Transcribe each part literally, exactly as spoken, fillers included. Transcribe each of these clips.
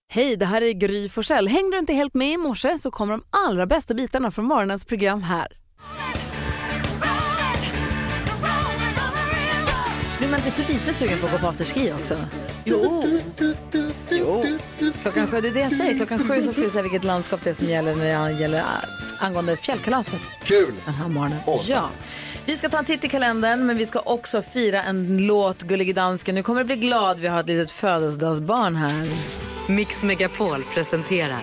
Hej, det här är Gry Forssell. Hängde du inte helt med i morse så kommer de allra bästa bitarna från morgonens program här. Så blir man inte så lite sugen på att gå på afterski också? Jo. Jo. Klockan sju, det är det jag säger. Klockan sju så ska vi säga vilket landskap det är som gäller när det gäller angående fjällkalaset. Kul! Den här morgonen. Ja. Vi ska ta en titt i kalendern, men vi ska också fira en låt, Gullige dansken. Nu kommer det bli glad, vi har ett litet födelsedagsbarn här. Mix Megapol presenterar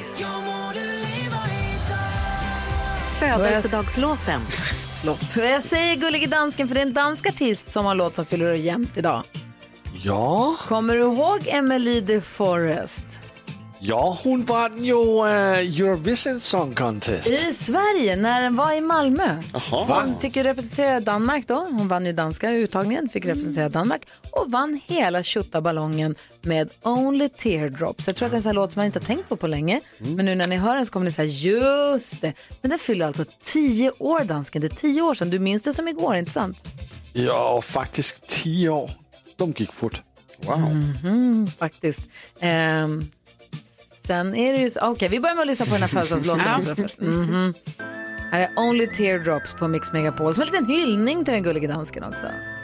födelsedagslåten. Så jag säger Gullige dansken för det är en dansk artist som har låt som fyller jämnt idag. Ja. Kommer du ihåg Emily de Forest? Ja, hon vann ju uh, Eurovision Song Contest. I Sverige, när den var i Malmö. Aha. Hon fick ju representera Danmark då. Hon vann ju danska uttagningen, fick representera Danmark. Och vann hela tjottaballongen med Only Teardrops. Jag tror att det är en sån här låt som man inte har tänkt på på länge. Mm. Men nu när ni hör den så kommer ni säga, just det. Men den fyller alltså tio år, dansken. Det är tio år sedan. Du minns det som igår, inte sant? Ja, faktiskt tio år. De gick fort. Wow. Mm-hmm, faktiskt. Ehm... Sen är det ju så, okej, okay, vi börjar med att lyssna på den här födelsedagslåten först. Mm-hmm. Här är Only Teardrops på Mix Megapol. Som en liten hyllning till den gulliga dansken också.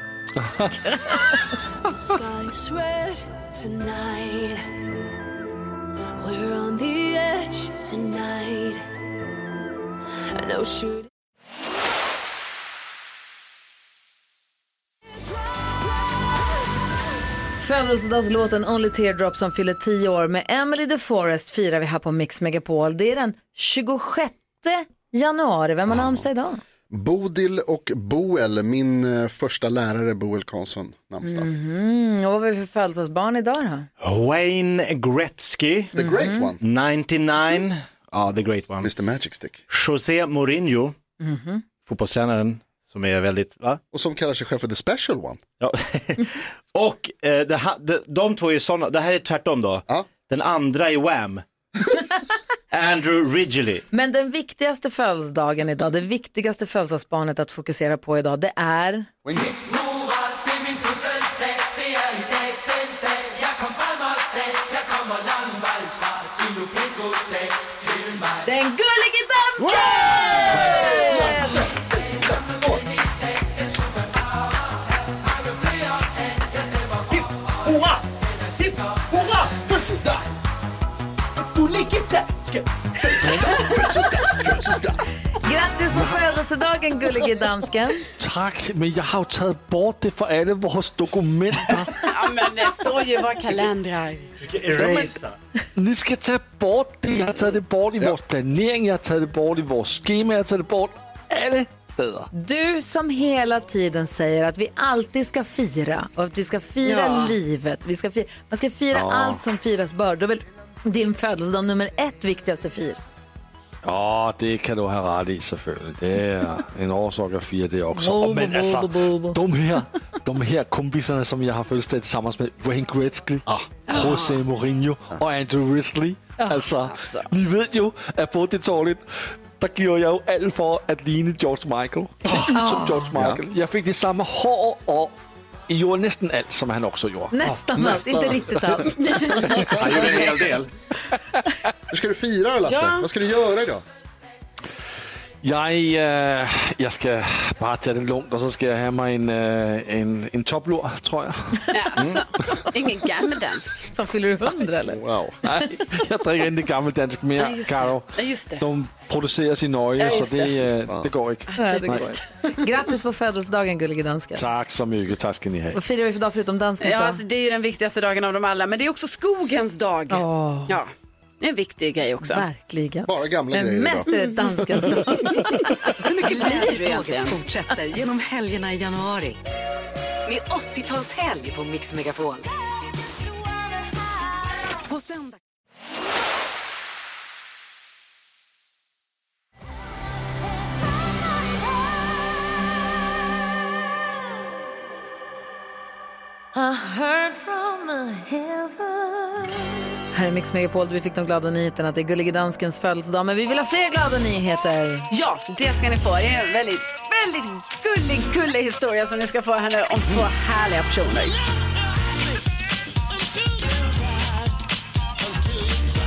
Sky's red tonight. We're on the edge tonight. No shoot. Födelsedagslåten Only Teardrops som fyller tio år med Emily de Forest firar vi här på Mix Megapol. Det är den tjugosjätte januari. Vem har namnsdag idag? Bodil och Boel, min första lärare Boel Karlsson namnsdag. Mm-hmm. Och vad var vi för födelsedagsbarn idag då? Wayne Gretzky. The great mm-hmm. one. nittionio. Ja, the great one. mister Magic Stick. José Mourinho. Mm-hmm. Fotbollstränaren. Som är väldigt, va? Och som kallar sig själv för the special one. Ja. Och eh, det ha, de, de två är såna, det här är tvärtom då. Ja. Den andra är Wham. Andrew Ridgeley. Men den viktigaste födelsedagen idag, det viktigaste födelsedagsbarnet att fokusera på idag, det är... Den gullige dansken! Hurra! Sipp! Hurra! Födelsedag! Gullige dansken! Grattis på födelsedagen, gullige dansken. Tack, men jag har tagit bort det för alla våra dokumenter. Ja, men det står ju våra kalendrar. Erasa. Ni ska ta bort det. Jag har tagit det bort i ja. vår planering, jag har tagit det bort i vår schema, jag har tagit det bort alla steder. Du som hela tiden säger att vi alltid ska fira och att vi ska fira ja. livet. Vi ska fira, man ska fira ja. allt som firas bör. Då är väl din födelsedag nummer ett viktigaste fir? Ja, det kan du ha rätt i selvfølgelig. Det är en orsak att fira det också. Oh, men alltså, de här, de här kompisarna som jag har födelsedag tillsammans med, Wayne Gretzky, ah. José Mourinho och Andrew Ridgeley. Alltså, alltså, ni vet ju att på det talet, där giver jag ju allt för att ligne George Michael. Oh. Som George Michael. Jag fick det samma hår och jag gjorde nästan allt som han också gjorde. Nästan allt, inte riktigt allt. Han gjorde en hel del. Hur ska du fira, Lasse? Ja. Vad ska du göra idag? Jag, äh, jag ska bara ta det lugnt och så ska jag ha mig en, äh, en, en topplur, tror jag. Ja, alltså, ingen gammeldansk. Fan, fyller du hundra eller? Wow. Nej, jag dricker inte gammeldansk mer, ja, Karo. Ja, just det. De produceras i Norge, ja, så det, det. Äh, det går inte. Ja, det går inte. Grattis på födelsedagen, gullige dansken. Tack så mycket, tack ska ni ha. Vad firar vi för dag förutom danskens ja, dag? alltså, det är ju den viktigaste dagen av dem alla, men det är också skogens dag. Oh. Ja. Det är en viktig grej också. Verkligen. Bara gamla men grejer mest är det danskens dag. Hur mycket blir det egentligen? Fortsätter genom helgerna i januari. Med åttiotalshelg på Mix Megapol. På söndag. I heard from the heaven. Här är Mix Megapol, vi fick de glada nyheterna att det är gullige danskens födelsedag. Men vi vill ha fler glada nyheter. Ja, det ska ni få. Det är en väldigt, väldigt gullig, gullig historia som ni ska få här nu om två härliga personer.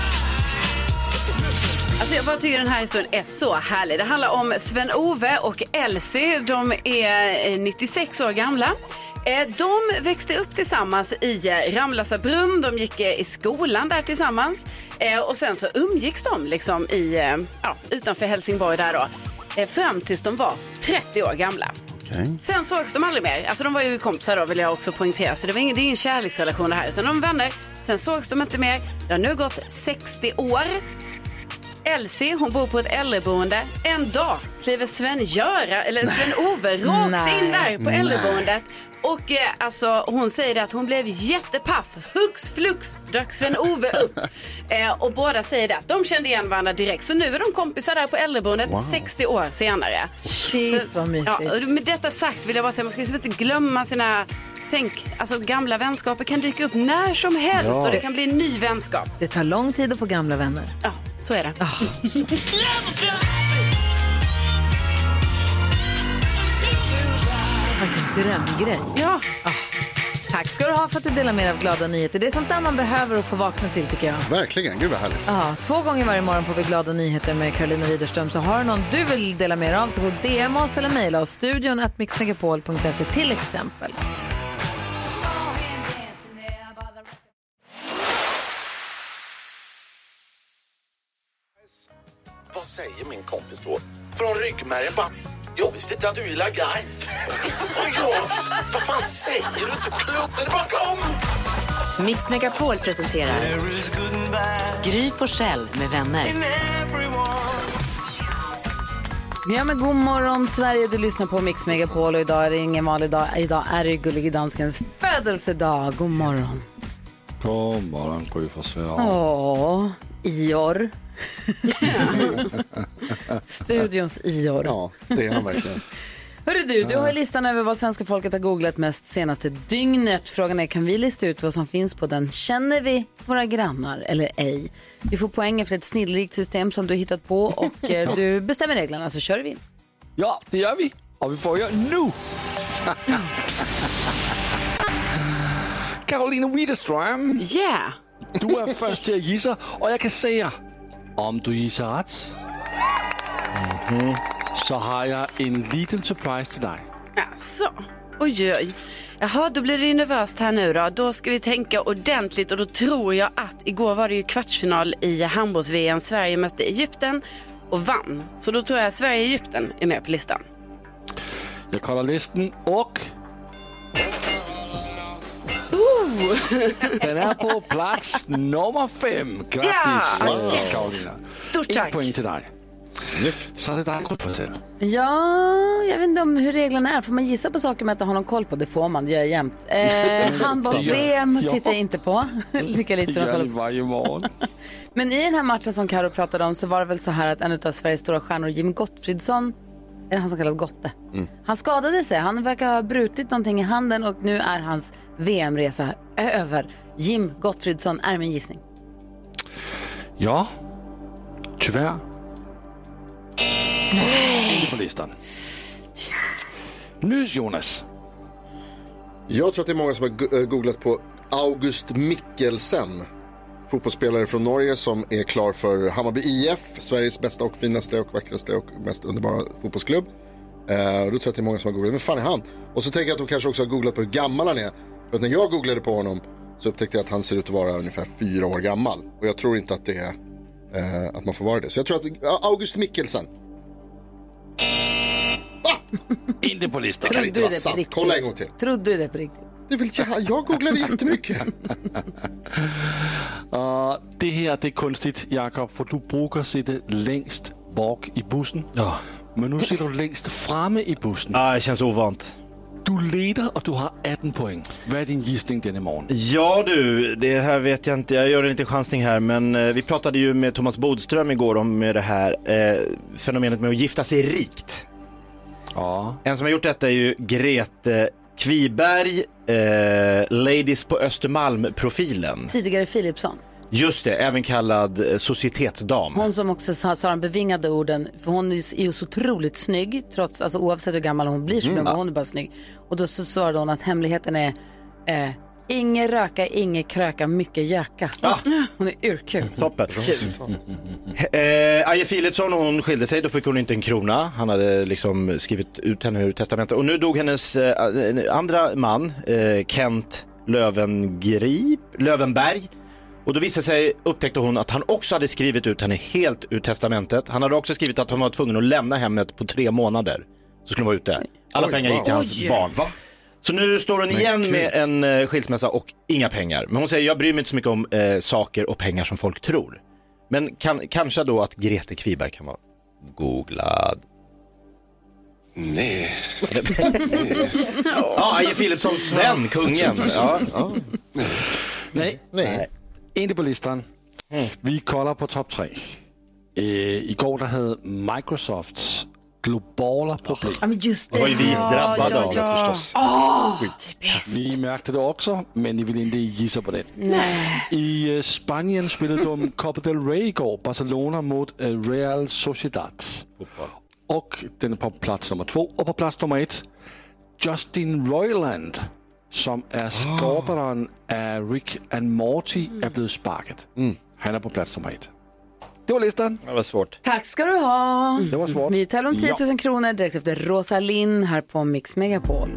Alltså jag bara tycker den här historien är så härlig. Det handlar om Sven-Ove och Elsie. De är nittiosex år gamla. De växte upp tillsammans i Ramlösa brunn. De gick i skolan där tillsammans. Och sen så umgicks de liksom i, ja, utanför Helsingborg där då. Fram tills de var trettio år gamla. Okay. Sen sågs de aldrig mer. Alltså de var ju kompisar då, vill jag också poängtera. Så det var ingen, det är ingen kärleksrelation det här, utan de var vänner. Sen sågs de inte mer. Det har nu gått sextio år. Elsie, hon bor på ett äldreboende. En dag kliver Sven-Göra, eller Sven-Ove rakt in där på äldreboendet. Och eh, alltså, hon säger det att hon blev jättepaff. Hux flux dök Sven-Ove upp. eh, och båda säger det att de kände igen varandra direkt. Så nu är de kompisar där på äldreboendet wow. sextio år senare. Shit, så, vad mysigt. Ja, med detta sagt vill jag bara säga, man ska liksom inte glömma sina... Tänk, alltså gamla vänskaper kan dyka upp när som helst ja. Och det kan bli en ny vänskap. Det tar lång tid att få gamla vänner. Ja, så är det. Oh. Vilken drömgrej. Ja. Oh. Tack ska du ha för att du delar med dig av glada nyheter. Det är sånt där man behöver att få vakna till, tycker jag. Verkligen, gud vad härligt. Ja, två gånger varje morgon får vi glada nyheter med Carolina Widerström. Så har du någon du vill dela med dig av så gå D M oss eller mejla oss studion at mixmegapol punkt se till exempel. Vad säger min kompis då? Från ryggmärgen bara, jag visste inte att du gillar guys. Och jag, vad fan säger du inte? Klubben bakom! Mix Megapol presenterar Gry Forssell med vänner. Ja, men god morgon Sverige, du lyssnar på Mix Megapol och idag är det ingen vanlig dag. Idag är det Gullige Danskens födelsedag. God morgon. God morgon, Gry Forssell. Åh, Ior. Studions Ior. Ja, det är han verkligen. Hörru du, du har listan över vad svenska folket har googlat mest senaste dygnet. Frågan är, kan vi lista ut vad som finns på den? Känner vi våra grannar eller ej? Vi får poäng efter ett snillrikt system som du har hittat på och eh, du bestämmer reglerna, så kör vi. Ja, det gör vi. Och vi börjar nu. Carolina Widerström. Yeah. Du är först till att gissa och jag kan säga, om du gissar rätt mm-hmm, så har jag en liten surprise till dig. Alltså, oj oj. Jaha, då blir det ju nervöst här nu då. Då ska vi tänka ordentligt och då tror jag att igår var det ju kvartsfinal i handbolls-V M. Sverige mötte Egypten och vann. Så då tror jag att Sverige-Egypten är med på listan. Jag kollar listan och... Den är på plats nummer fem. Grattis, ja, yes. Carolina. Stort tack. En poäng till dig. Så är det där på sig. Ja, jag vet inte om hur reglerna är. Får man gissa på saker med att ha någon koll på? Det får man, det gör jag jämt. Eh, handbolls-V M ja. tittar jag inte på. Lika lite som jag kollar på. Varje morgon. Men i den här matchen som Karo pratade om så var det väl så här att en av Sveriges stora stjärnor, Jim Gottfridsson, är det han som kallas Gotte? Mm. Han skadade sig, han verkar ha brutit någonting i handen och nu är hans V M-resa över. Jim Gottfridsson är min gissning. Ja, tyvärr. Nej. På listan. Nu Jonas. Jag tror att det är många som har googlat på August Mikkelsen. Fotbollsspelare från Norge som är klar för Hammarby I F, Sveriges bästa och finaste och vackraste och mest underbara fotbollsklubb. Eh, och då tror jag att det är många som har googlat. Men fan är han? Och så tänker jag att de kanske också har googlat på hur gammal han är. För att när jag googlade på honom så upptäckte jag att han ser ut att vara ungefär fyra år gammal. Och jag tror inte att det är eh, att man får vara det. Så jag tror att August Mikkelsen. Ah! Inte på listan. Trodde du det på riktigt? Kolla en gång till. Trodde du det på riktigt? Det är väl, jag, jag googlade jättemycket. uh, det här det är konstigt, Jakob, för du brukar sitta längst bak i bussen. Ja. Men nu sitter du längst framme i bussen. Ja, det känns ovant. Du leder och du har arton poäng. Vad är din gissning denna morgon? Ja du, det här vet jag inte. Jag gör en liten chansning här. Men eh, vi pratade ju med Thomas Bodström igår om det här eh, fenomenet med att gifta sig rikt. Ja. En som har gjort detta är ju Grete Kviberg, eh, Ladies på Östermalm-profilen. Tidigare Philipsson. Just det, även kallad societetsdam. Hon som också sa, sa de bevingade orden, för hon är ju så otroligt snygg, trots, alltså, oavsett hur gammal hon blir så mm. hon är bara snygg. Och då så svarade hon att hemligheten är eh, Inge röka, inge kröka, mycket göka. Ah. Hon är urkul. Toppen. Eh, Aje Philipsson, hon skilde sig, då fick hon inte en krona. Han hade liksom skrivit ut henne ur testamentet. Och nu dog hennes eh, andra man, eh, Kent Lövengrip, Lövenberg. Och då visade sig, upptäckte hon att han också hade skrivit ut henne helt ur testamentet. Han hade också skrivit att hon var tvungen att lämna hemmet på tre månader. Så skulle hon vara ute. Alla Oj, pengar gick till wow. hans Oj, barn. Va? Så nu står hon igen Men, med en eh, skilsmässa och inga pengar. Men hon säger, jag bryr mig inte så mycket om eh, saker och pengar som folk tror. Men kan, kanske då att Grete Kviberg kan vara googlad. Nej. Ja, Aje Philipsson, Sven, kungen. Ja. Ja. Nej. Nej. Inte på listan. Mm. Vi kollar på topp tre. Eh, igår där hade Microsofts globala problem. Ja, men just det. Det var ju vi drabbade ja, ja, ja. av förstås. Åh, Ni märkte det också, men ni vill inte gissa på det. Nej. I Spanien spelade de Copa del Rey igår, Barcelona mot Real Sociedad. Fotboll. Och den är på plats nummer två. Och på plats nummer ett, Justin Roiland, som är skaparen av Rick and Morty, är blevet sparket. Mm. Han är på plats nummer ett. Det var listan. Det var svårt. Tack ska du ha. Det var svårt. Vi tävlar om tio tusen ja. kronor direkt efter Rosa Linn här på Mix Megapol.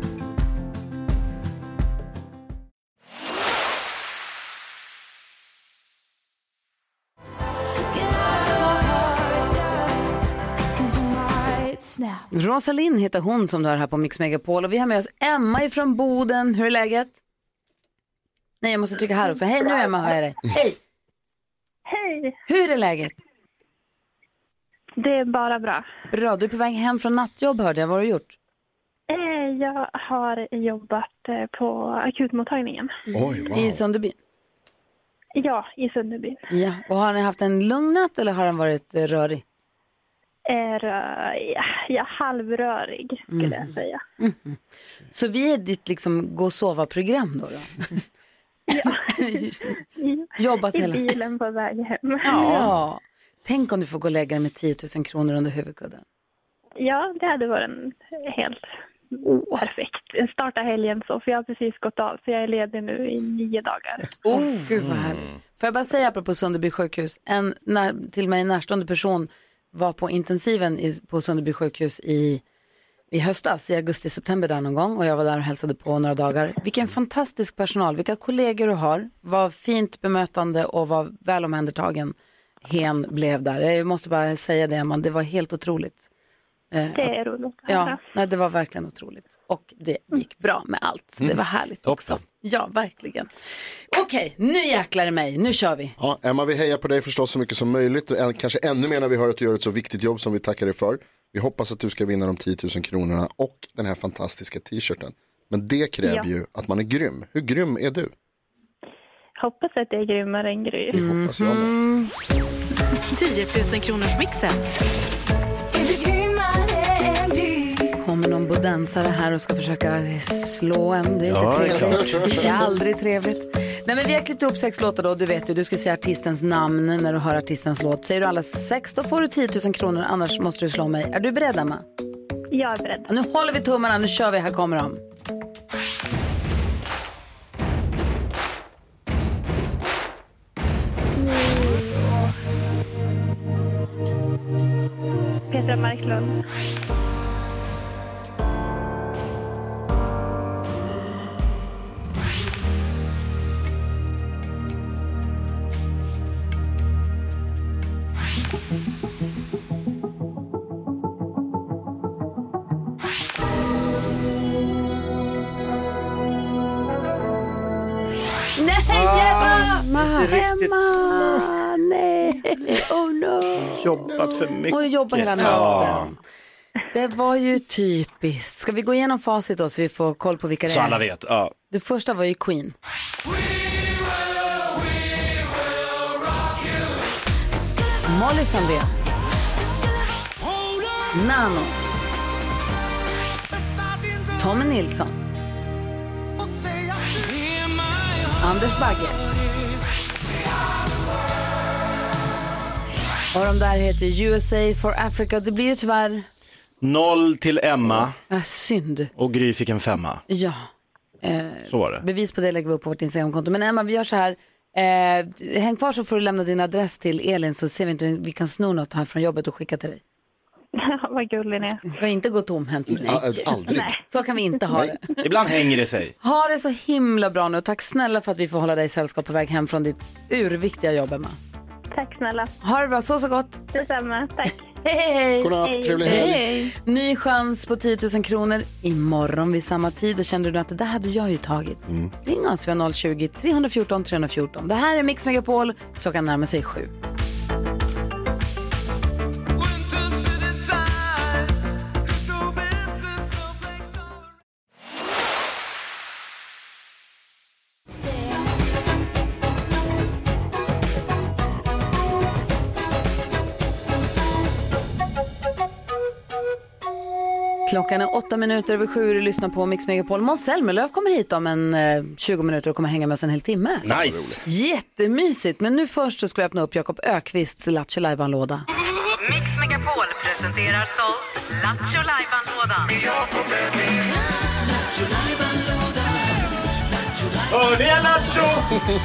Rosa Linn heter hon som du har här på Mix Megapol. Och vi har med oss Emma ifrån Boden. Hur är läget? Nej, jag måste trycka här också. Hej nu Emma, har jag dig. Hej. Hej. Hur är läget? Det är bara bra. Bra, du är på väg hem från nattjobb hörde jag. Vad har du gjort? Jag har jobbat på akutmottagningen. Oj, wow. I Sunderbyn? Ja, i Sunderbyn. Ja, och har ni haft en lugn natt eller har den varit rörig? Är ja, ja, halvrörig skulle mm. jag säga. Mm. Så vi är ditt liksom gå och sova-program då? då? Ja. Jobbat I hela bilen på väg hem. Ja. ja. Tänk om du får gå och lägga dig med tio tusen kronor under huvudkudden. Ja, det hade varit en helt oh. perfekt. Starta helgen så, för jag har precis gått av. Så jag är ledig nu i nio dagar. Åh, oh, gud vad härligt. Får jag bara säga apropå Sunderby sjukhus. En när, till mig närstående person var på intensiven i, på Sunderby sjukhus i, i höstas, i augusti-september där någon gång. Och jag var där och hälsade på några dagar. Vilken fantastisk personal, vilka kollegor du har. Vad fint bemötande och vad väl omhändertagen hen blev där. Jag måste bara säga det, man, det var helt otroligt. Det är roligt. Ja, nej, det var verkligen otroligt. Och det gick bra med allt. Så det var härligt också. Ja, verkligen. Okej, nu jäklar det mig. Nu kör vi. Ja, Emma, vi hejar på dig förstås så mycket som möjligt. Kanske ännu mer när vi hör att du gör ett så viktigt jobb som vi tackar dig för. Vi hoppas att du ska vinna de tio tusen kronorna och den här fantastiska t-shirten. Men det kräver ja. ju att man är grym. Hur grym är du? Hoppas att det är grymmare än Gry. Det hoppas jag med. tio tusen kronors mixen. Kommer någon bodensare här och ska försöka slå en. Det är inte ja, trevligt. Det är aldrig trevligt. Nej, men vi har klippt upp sex låtar då. Du vet ju, du ska säga artistens namn när du hör artistens låt. Säger du alla sex, då får du tio tusen kronor. Annars måste du slå mig. Är du beredd, Emma? Jag är beredd. Nu håller vi tummarna, nu kör vi. Här kommer de. Petra Marklund. Nej, Emma! Emma! Nej, oh no! Jobbat för mycket. Och jobbat hela natten. Ja. Det var ju typiskt. Ska vi gå igenom facit då så vi får koll på vilka det är? Så alla vet, ja. Det första var ju Queen. Molly Sandén. Nano. Tommy Nilsson. Anders Bagge. Och de där heter U S A for Africa. Det blir ju tyvärr noll till Emma. Ja, synd. Och Gry fick en femma. Ja. Eh, Så var det. Bevis på det lägger vi upp på vårt Instagramkonto. Men Emma, vi gör så här. Eh, häng kvar så får du lämna din adress till Elin så ser vi inte vi kan sno något här från jobbet och skicka till dig. Vad gullig ni är. Du ska inte gå tomhänt. Nej. Aldrig. Så kan vi inte ha det. Ibland hänger det sig. Ha det så himla bra nu. Tack snälla för att vi får hålla dig i sällskap på väg hem från ditt urviktiga jobb, Emma. Tack snälla. Ha det bra, så så gott. Detsamma, tack. Hej, hej, hej. Godnatt, trevlig helg. Hej. Ny chans på tio tusen kronor imorgon vid samma tid. Och kände du att det där hade jag ju tagit. Mm. Ring oss vid noll tjugo, tre fjorton, tre fjorton. Det här är Mix Megapol. Klockan närmar sig sju. Klockan är åtta minuter över sju och du lyssnar på Mix Megapol. Måns Zelmerlöw kommer hit om en eh, tjugo minuter och kommer hänga med oss en hel timme. Nice. Jättemysigt, men nu först så ska jag öppna upp Jakob Ökvists Lattjo Lajban-låda. Mix Megapol presenterar stolt Lattjo Lajban-lådan. Åh, det är Lattjo!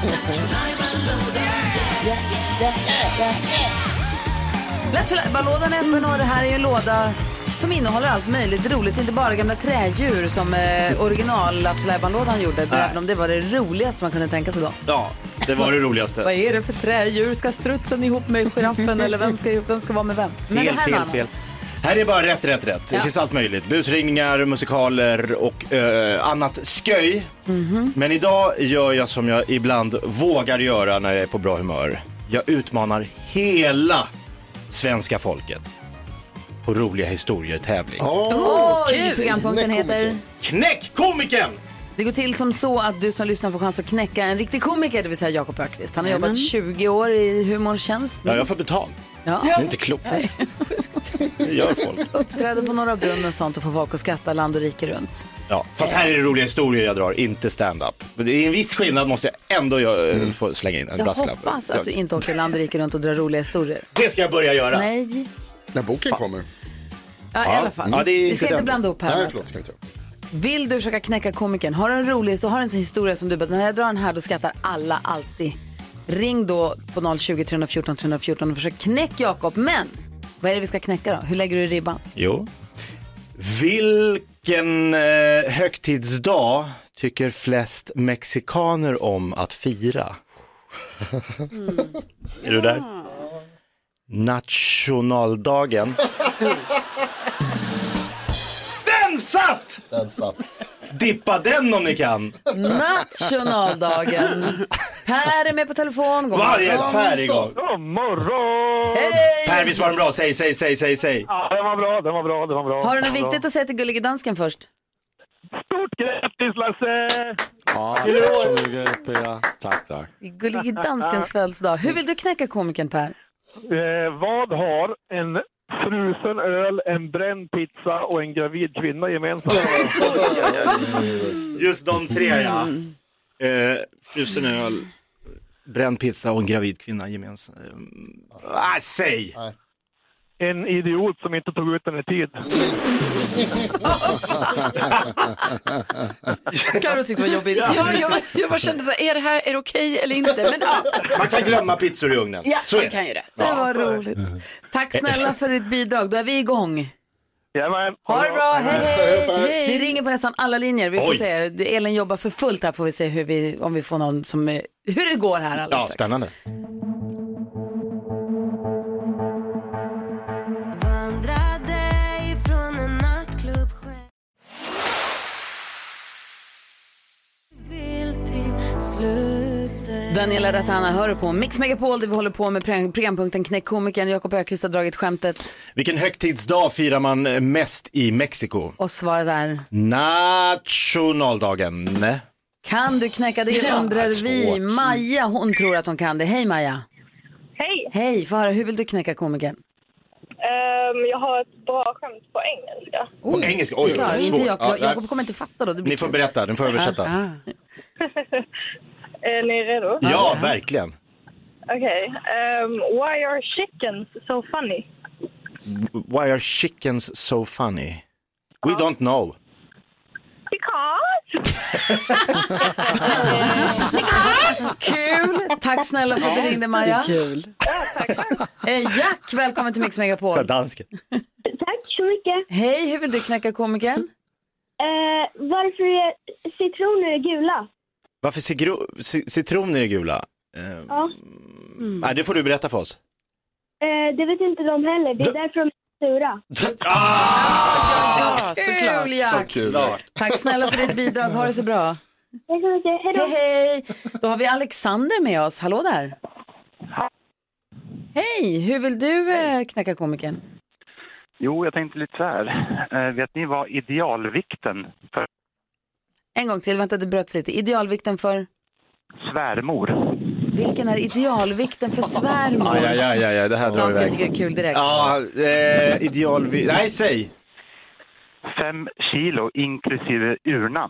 Lattjo Lajban-lådan är öppen och det här är ju en låda som innehåller allt möjligt roligt, inte bara gamla trädjur som eh, original Lattjo Lajban-lådan gjorde, även om det var det roligaste man kunde tänka sig då. Ja, det var det roligaste. Vad är det för trädjur? Ska strutsen ihop med giraffen eller vem ska, vem ska vara med vem? Fel, Men det här fel, fel. Här är bara rätt, rätt, rätt. Ja. Det finns allt möjligt. Busringningar, musikaler och äh, annat sköj. Mm-hmm. Men idag gör jag som jag ibland vågar göra när jag är på bra humör. Jag utmanar hela svenska folket på roliga historier-tävling. Åh, oh, kul! Programpunkten heter Knäck komikern! Det går till som så att du som lyssnar får chans att knäcka en riktig komiker, det vill säga Jakob Ökvist. Han har jobbat tjugo år i humortjänst. Ja, jag får betalt. Ja. Det är inte klokt. Det gör folk. Uppträder på några brunn och sånt och får folk att skratta land och rike runt. Ja, fast här är det roliga historier jag drar, inte stand-up. Men det är en viss skillnad, måste jag ändå jag, mm. få slänga in en jag brasklapp. Jag hoppas att du inte åker land och rike runt och drar roliga historier. Det ska jag börja göra. Nej. När boken Fan. kommer. Ja, i alla fall. Ja, vi ska inte blanda upp här. Nej, förlåt, ska inte. Vill du försöka knäcka komikern? Har du en rolig historia, har en historia som du bara, när jag drar den här då skrattar alla alltid. Ring då på noll tjugo, tre fjorton, tre fjorton och försök knäcka Jakob. Men vad är det vi ska knäcka då? Hur lägger du ribban? Jo. Vilken eh, högtidsdag tycker flest mexikaner om att fira? Mm. Är du där? Nationaldagen. Den satt! Den satt. Dippa den om ni kan. Nationaldagen. Per är med på telefon. God Varje Per igång. God morgon! Hej! Per, visst var den bra? Säg, säg, säg, säg, säg. Ja, den var bra, den var bra, den var bra. Har du något viktigt att säga till Gullige Dansken först? Stort grattis, Lasse! Ja, tack så mycket, Per. Tack, tack. Gullige Danskens födelsedag. Hur vill du knäcka komikern, Per? Eh, vad har en frusen öl, en bränd pizza och en gravid kvinna gemensamt? Just de tre, ja. Eh, frusen öl, bränd pizza och en gravid kvinna gemensamt. Ah, säg! Nej. En idiot som inte tog ut den i tid. Karo tyckte det var jobbigt. Ja, jag, jag bara kände så här, är det här är det okej eller inte? Men, ja. Man kan glömma pizzor i ugnen. Ja, så man kan ju det. Det var roligt. Tack snälla för ditt bidrag. Då är vi igång. Jajamän. Ha det bra, hej, hej, hej. Vi ringer på nästan alla linjer. Vi får Oj. se, Elin jobbar för fullt här, får vi se hur vi, om vi får någon som, hur det går här alldeles Ja, strax. spännande. Daniela Ratana hör på Mix Megapol där vi håller på med programpunkten Knäck komikern. Jakob Ökvist har dragit skämtet. Vilken högtidsdag firar man mest i Mexiko? Och svaret är? Nationaldagen. Kan du knäcka det, undrar vi. Maja, hon tror att hon kan det. Hej Maja. Hej. Hej, få höra, hur vill du knäcka komikern? Um, jag har ett bra skämt på engelska. På oh, engelska? Oj, klar, svår. inte jag, klar. Ja, Jakob kommer inte fatta då. Det blir ni får berätta, den får översätta. Ah, ah. Är ni redo? Ja, ja. Verkligen. Okej. Okay. Um, why are chickens so funny? Why are chickens so funny? We don't know. Because Kul! Tack snälla för att du ringde, Maja. Kul. eh, Jack, välkommen till Mix Megapol. Danska. Tack så mycket. Hej, hur vill du knäcka komikern? Eh, varför är citroner gula? Varför cigro- c- citroner är gula? Eh, Ja. mm. Nej, det får du berätta för oss. Eh, det vet inte de heller. Det är därför de är sura. Ah! Ja, såklart. Kul, Jack. Så kul. Tack snälla för ditt bidrag. Ha det så bra. Tack så mycket. Hej då. Hej, hej. Då har vi Alexander med oss. Hallå där. Hej, hur vill du eh, knäcka komikern? Jo, jag tänkte lite så här. Eh, vet ni vad idealvikten för En gång till, vänta det bröts lite. Idealvikten för? svärmor? Vilken är idealvikten för svärmor? Ja, ja, ja, ja, det här drar Dansken iväg. tycker det är kul direkt. Ja, eh, idealvi... Nej, säg! Fem kilo inklusive urnan.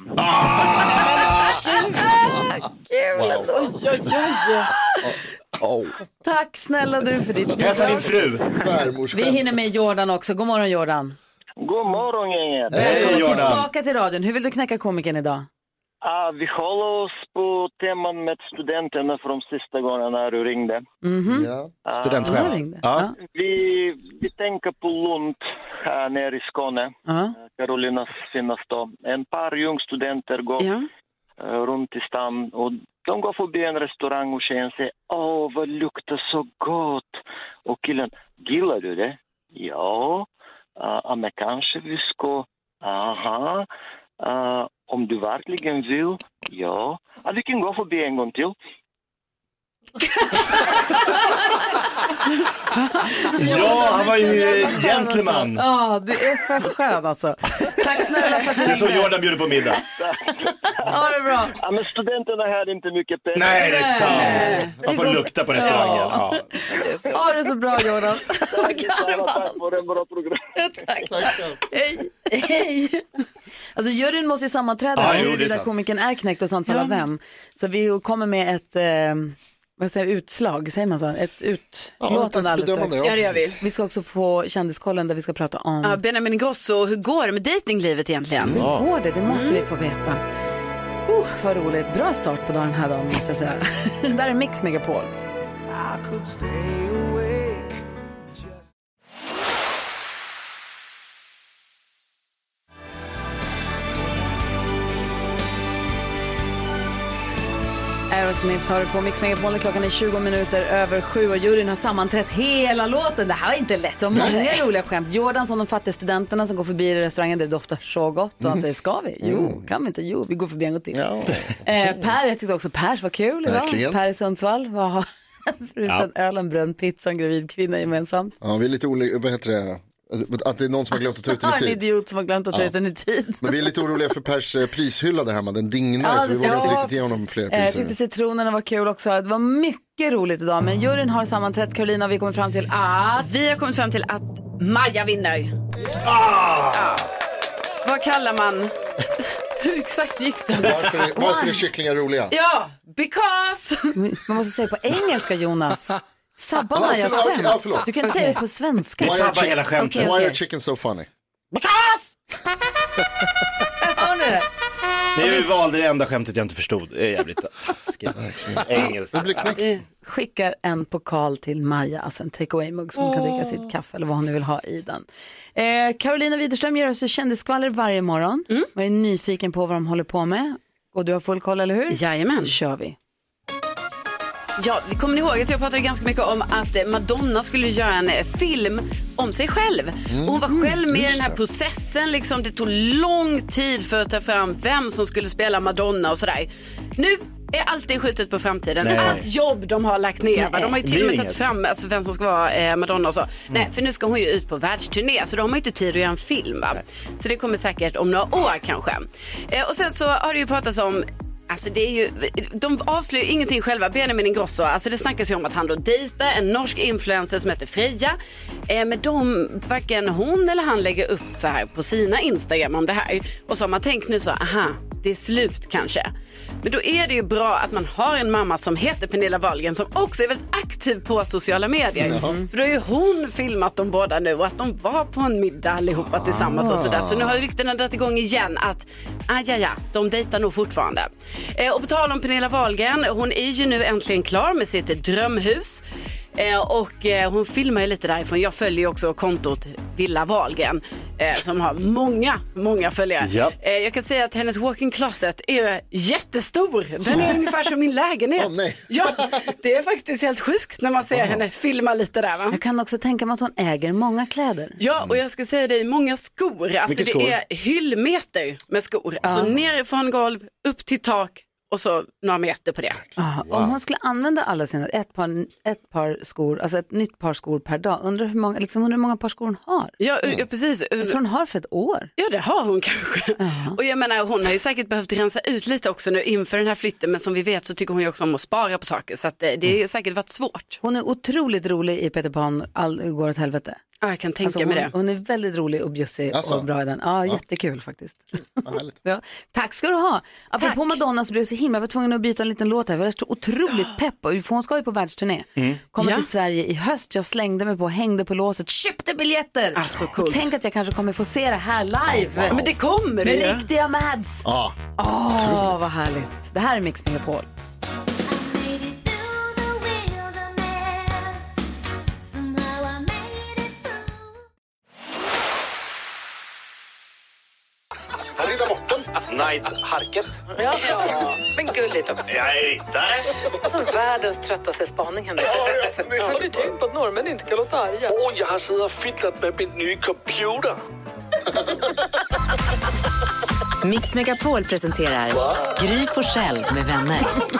Kul ändå. Oj, oj, oj. Tack snälla du för ditt Hälsa din fru. Svärmors Vi hinner med Jordan också. God morgon Jordan. God morgon gänget. Hej Välkommen Jordan. tillbaka till radion. Hur vill du knäcka komikern idag? Ah, vi håller oss på teman med studenterna från sista gången när du ringde. Mhm. Ja. Ah, Jag Studentskämt. ringde. Ja. vi, vi tänker på Lund här nere i Skåne, Ja. Karolinas fina stad. En par jungstudenter går Ja. eh, runt i stan och de går förbi en restaurang och tjejen säger åh vad luktar så gott. Och killen, gillar du det? Ja, uh, men kanske vi ska, aha, uh, om du verkligen vill, ja, ah, vi kan gå förbi en gång till. Ja, han var ju gentleman. Ja, du är för skön alltså. Tack snälla för att du Det är så ringde. Jordan bjuder på middag. Ah, Ha det bra. Ja, men studenterna här är inte mycket pengar. Nej, det är sant. Man får går- lukta på restaurangen. Ja. Ha det så bra Jordan. Vad kan det vara? Tack för en bra program. Tack. Hej. Hej. Alltså juryn måste ju sammanträda Ja, här jo, det är huruvida sant. komikern är knäckt och sånt fall av vem. Så vi kommer med ett eh, vad säger jag, utslag, säger man så? Ett utlåtande Ja, alldeles bedömande, strax. Ja, det gör vi. Vi ska också få kändiskollen där vi ska prata om Ja, Benjamin Ingrosso, hur går det med dejtinglivet egentligen? hur går det, det måste vi få veta. Oh, vad roligt, bra start på dagen här då måste jag säga. Där är Mix Megapol. Aerosmith har på Mix Megapol. Klockan är tjugo minuter över sju och juryn har sammanträtt hela låten. Det här är inte lätt. Det var många roliga skämt. Jordan som de fattiga studenterna som går förbi i restaurangen där det doftar så gott. Och han säger, ska vi? Jo, kan vi inte? Jo, vi går förbi en gång till. Ja. Eh, Per, jag tyckte också Pers var kul idag. Verkligen. Per i Sundsvall. Vad har frusen öl, en bränd pizza, en gravid kvinna gemensamt? Ja, vi är lite olika, vad heter det? Att det är någon som har glömt att ta ut den Ja, i en tid. idiot som har glömt att ta Ja. ut den i tid. Men vi är lite oroliga för Pers eh, prishylla där hemma, den dignar Ja, så vi vågar ja. inte riktigt ge honom fler Eh, Jag priser. tyckte citronerna var kul också. Det var mycket roligt idag. Men juryn har sammanträtt, Carolina, och vi kommer fram till att... Vi har kommit fram till att Maja vinner. Ah! Ja. Vad kallar man... Hur exakt gick det? Varför är, varför är kycklingar roliga? Ja, because... Man måste säga på engelska, Jonas. Sabba Ah, Majas förlåt, skämt. ja, förlåt. Du kan inte säga det på svenska. Vi Why are sabbar chick- hela skämtet. Okej, Why okej. are chickens so funny? Hör ni det? Ni valde det enda skämtet jag inte förstod. Det är jävligt taskigt. Engelska. Det blir knäckt. Vi skickar en pokal till Maja, alltså en take-away-mugg som hon kan dricka sitt kaffe eller vad hon nu vill ha i den. Eh, Carolina Widerström gör alltså kändisskvaller varje morgon. Mm. Jag är nyfiken på vad de håller på med. Och du har full koll, eller hur? Jajamän. Då kör vi. Ja, vi kommer ni ihåg att jag pratade ganska mycket om att Madonna skulle göra en film om sig själv. Och hon var själv med i den här processen. Liksom, det tog lång tid för att ta fram vem som skulle spela Madonna och sådär. Nu är allt det skjutet på framtiden. Nej. Allt jobb de har lagt ner. Va? De har ju till och med tagit fram alltså, vem som ska vara eh, Madonna och så. Mm. Nej, för nu ska hon ju ut på världsturné. Så då har man ju inte tid att göra en film. Va? Så det kommer säkert om några år kanske. Eh, och sen så har det ju pratats om... Alltså det är ju, de avslöjar ingenting själva. Benjamin Ingrosso, alltså det snackas ju om att han då dejtar en norsk influencer som heter Freja. Eh, men de, varken hon eller han lägger upp så här på sina Instagram om det här. Och så har man tänkt nu så, aha, det är slut kanske. Men då är det ju bra att man har en mamma som heter Pernilla Wahlgren som också är väldigt aktiv på sociala medier. Mm. För då har ju hon filmat dem båda nu och att de var på en middag allihopa ah. tillsammans och sådär. Så nu har ryktena dragit igång igen att ajaja, de dejtar nog fortfarande. Eh, och på tal om Pernilla Wahlgren, hon är ju nu äntligen klar med sitt drömhus. Eh, och eh, hon filmar ju lite därifrån. Jag följer ju också kontot Villa Wahlgren eh, som har många, många följare. Yep. Eh, jag kan säga att hennes walk-in closet är jättestor. Den är ungefär som min lägenhet. Oh, nej. Ja, det är faktiskt helt sjukt när man ser oh. henne filma lite där, va? Jag kan också tänka mig att hon äger många kläder. Ja, och jag ska säga det, många skor. Alltså Mycket det skor. är hyllmeter med skor. Alltså ja. nerifrån golv, upp till tak. Och så några meter på det. Aha, wow. Om hon skulle använda alla sina, ett par, ett par skor, alltså ett nytt par skor per dag, undrar hur många, liksom, undrar hur många par skor hon har. Ja, ja precis. Jag tror hon har för ett år. Ja, det har hon kanske. Uh-huh. Och jag menar, hon har ju säkert behövt rensa ut lite också nu inför den här flytten, men som vi vet så tycker hon ju också om att spara på saker, så att det, det är mm. säkert varit svårt. Hon är otroligt rolig i Peter Pan, all går åt helvete. Ja, jag kan tänka alltså, mig hon, det. Hon är väldigt rolig och bjussig alltså. och bra i den. Ja, ja. Jättekul faktiskt. Ja. Tack ska du ha. Apropå Tack. Madonna så blev jag så himla, jag var tvungen att byta en liten låt här. Jag var så otroligt pepp och hon ska ju på världsturné. Mm. Kommer ja. till Sverige i höst. Jag slängde mig på, hängde på låset, köpte biljetter. Alltså, och tänk att jag kanske kommer få se det här live. Wow. Men det kommer Med det. riktiga Mads. Ja. Åh, oh, vad härligt. Det här är Mix Megapol. Night Harket. Ja, ja, men gulligt också. Jag är riddare. Alltså världens tröttaste spaning händer. Ja, har ni tänkt på att norrmän inte kan låta arga? Åh, oh, jag har suttit och fiddlat med min nya computer. Mix Megapol presenterar Gry Forssell med vänner.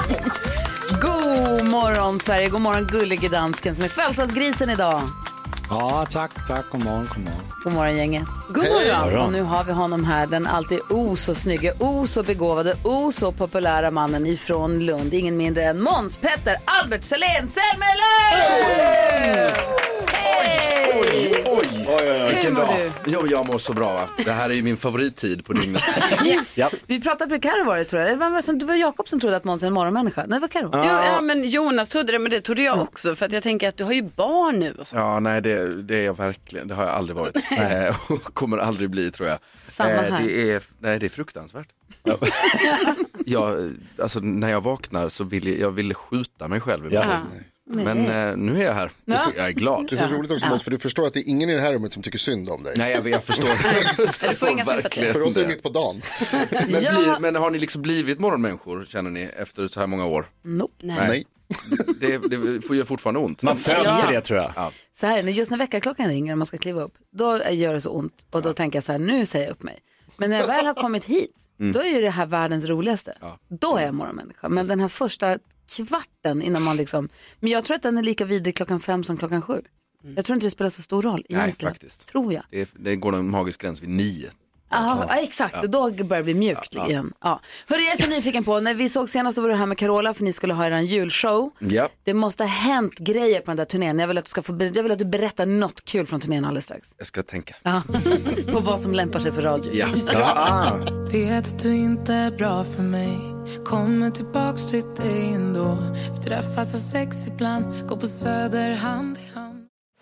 God morgon Sverige, god morgon gullige dansken som är födelsedagsgrisen idag. Ja, tack, tack. God morgon, god morgon. God morgon, gänget. God morgon. Hey. Och nu har vi honom här, den alltid o så snygga, o så begåvade, o så populära mannen ifrån Lund. Ingen mindre än Måns Petter Albert Selén Selmerlöw! Hej! Oj, oj, oj, oj, vilken dag. Du? Jo, jag mår så bra, va? Det här är ju min favorittid på dygnet. Yes. Ja. Vi pratade med Karo var det, tror jag. Det var, som, det var Jakob som trodde att Måns är en morgonmänniska. Nej, det var Karo. Ja. Ja, men Jonas trodde det, men det trodde jag också. För att jag tänker att du har ju barn nu och så. Ja, nej, det, det är jag verkligen. Det har jag aldrig varit. Och kommer aldrig bli, tror jag. Samma här. Det är, nej, det är fruktansvärt. Ja. jag, alltså, när jag vaknar så vill jag, jag vill skjuta mig själv. Ja. Men eh, nu är jag här. Ja. Jag är glad. Det är så roligt också, ja. För du förstår att det är ingen i det här rummet som tycker synd om dig. Nej, jag, jag förstår. Du får inga sympatier. För oss är det mitt på dagen. men, blir, men har ni liksom blivit morgonmänniskor, känner ni, efter så här många år? Nope. Nej. Nej. Det, det får ju fortfarande ont. Man föds ja. till det, tror jag. Ja. Så här, just när väckarklockan ringer och man ska kliva upp, då gör det så ont. Och då ja. tänker jag så här, nu säger jag upp mig. Men när jag väl har kommit hit, mm. då är det här världens roligaste. Ja. Då är jag morgonmänniska. Men den här första kvarten innan man liksom... Men jag tror att den är lika vidrig klockan fem som klockan sju. Mm. Jag tror inte det spelar så stor roll egentligen. Nej, faktiskt. Tror jag. Det, är, det går en magisk gräns vid nio. Aha, ja, exakt. Ja. Då börjar det bli mjukt ja, igen. Ja. Hörru, jag är så nyfiken på, när vi såg senast var det här med Carola, för ni skulle ha er en julshow. Ja. Det måste ha hänt grejer på den där turnén. Jag vill att du ska få, jag vill att du berättar något kul från turnén alldeles strax. Jag ska tänka. Ja. På vad som lämpar sig för radio. Ja. Ja. Vet att du inte är bra för mig. Kommer tillbaks till dig ändå. Vi träffas av sex ibland. Går på Söder hand i hand.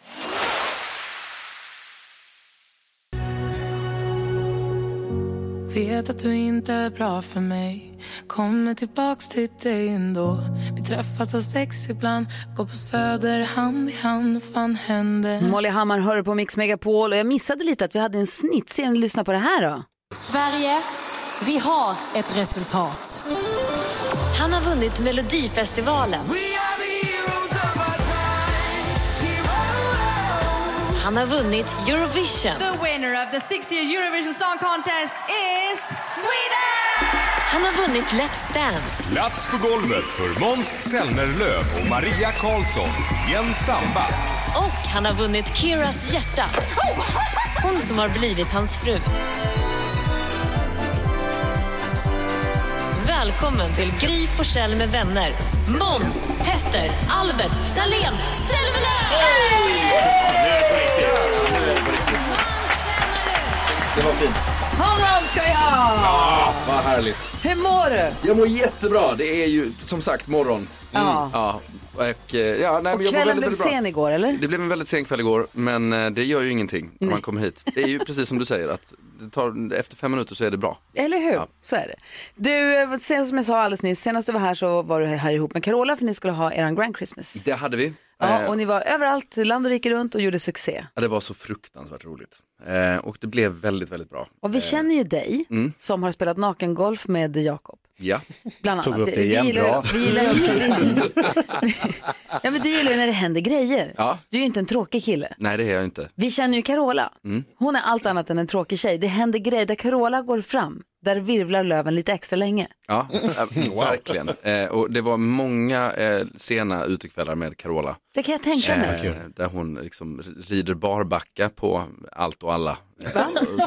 Vet att du inte är bra för mig. Kommer tillbaks till dig ändå. Vi träffas av sex ibland. Går på Söder hand i hand. Fan hände. Molly Hammar hör på Mix Megapol. Och jag missade lite att vi hade en snittscen. Lyssna på det här då. Sverige, vi har ett resultat. Han har vunnit Melodifestivalen. Han har vunnit Eurovision. The winner of the sixtieth Eurovision Song Contest is Sweden! Han har vunnit Let's Dance. Plats på golvet för Måns Selmerlöw och Maria Karlsson i en samba. Och han har vunnit Kiras hjärta. Hon som har blivit hans fru. Välkommen till Gry Forssell med vänner. Måns, Petter, Albert, Salén, Selmerlöw! Det var fint. Honom ska vi ha! Ja, vad härligt. Hur mår du? Jag mår jättebra. Det är ju som sagt morgon. Mm, ja. ja. Och, ja, nej, och men kvällen jag blev sen igår, eller? Det blev en väldigt sen kväll igår, men det gör ju ingenting när man kommer hit. Det är ju precis som du säger, att det tar, efter fem minuter så är det bra. Eller hur? Ja. Så är det. Du, sen som jag sa alldeles nyss, senast du var här så var du här ihop med Carola för ni skulle ha eran Grand Christmas. Det hade vi. Ja, och ni var överallt, land och rike runt och gjorde succé. Ja, det var så fruktansvärt roligt. Eh, och det blev väldigt, väldigt bra. Och vi känner ju dig mm. som har spelat nakengolf med Jakob. Ja. Bland annat. Tog upp det igen, vi gillar, bra. vi gillar också, vi, ja, men du gillar ju när det händer grejer. Ja. Du är ju inte en tråkig kille. Nej, det är jag inte. Vi känner ju Carola. Mm. Hon är allt annat än en tråkig tjej. Det händer grejer där Carola går fram. Där virvlar löven lite extra länge. Ja, äh, verkligen. Eh, och det var många eh, sena utekvällar med Carola. Det kan jag tänka mig. Eh, där hon liksom rider barbacka på allt och alla. Va?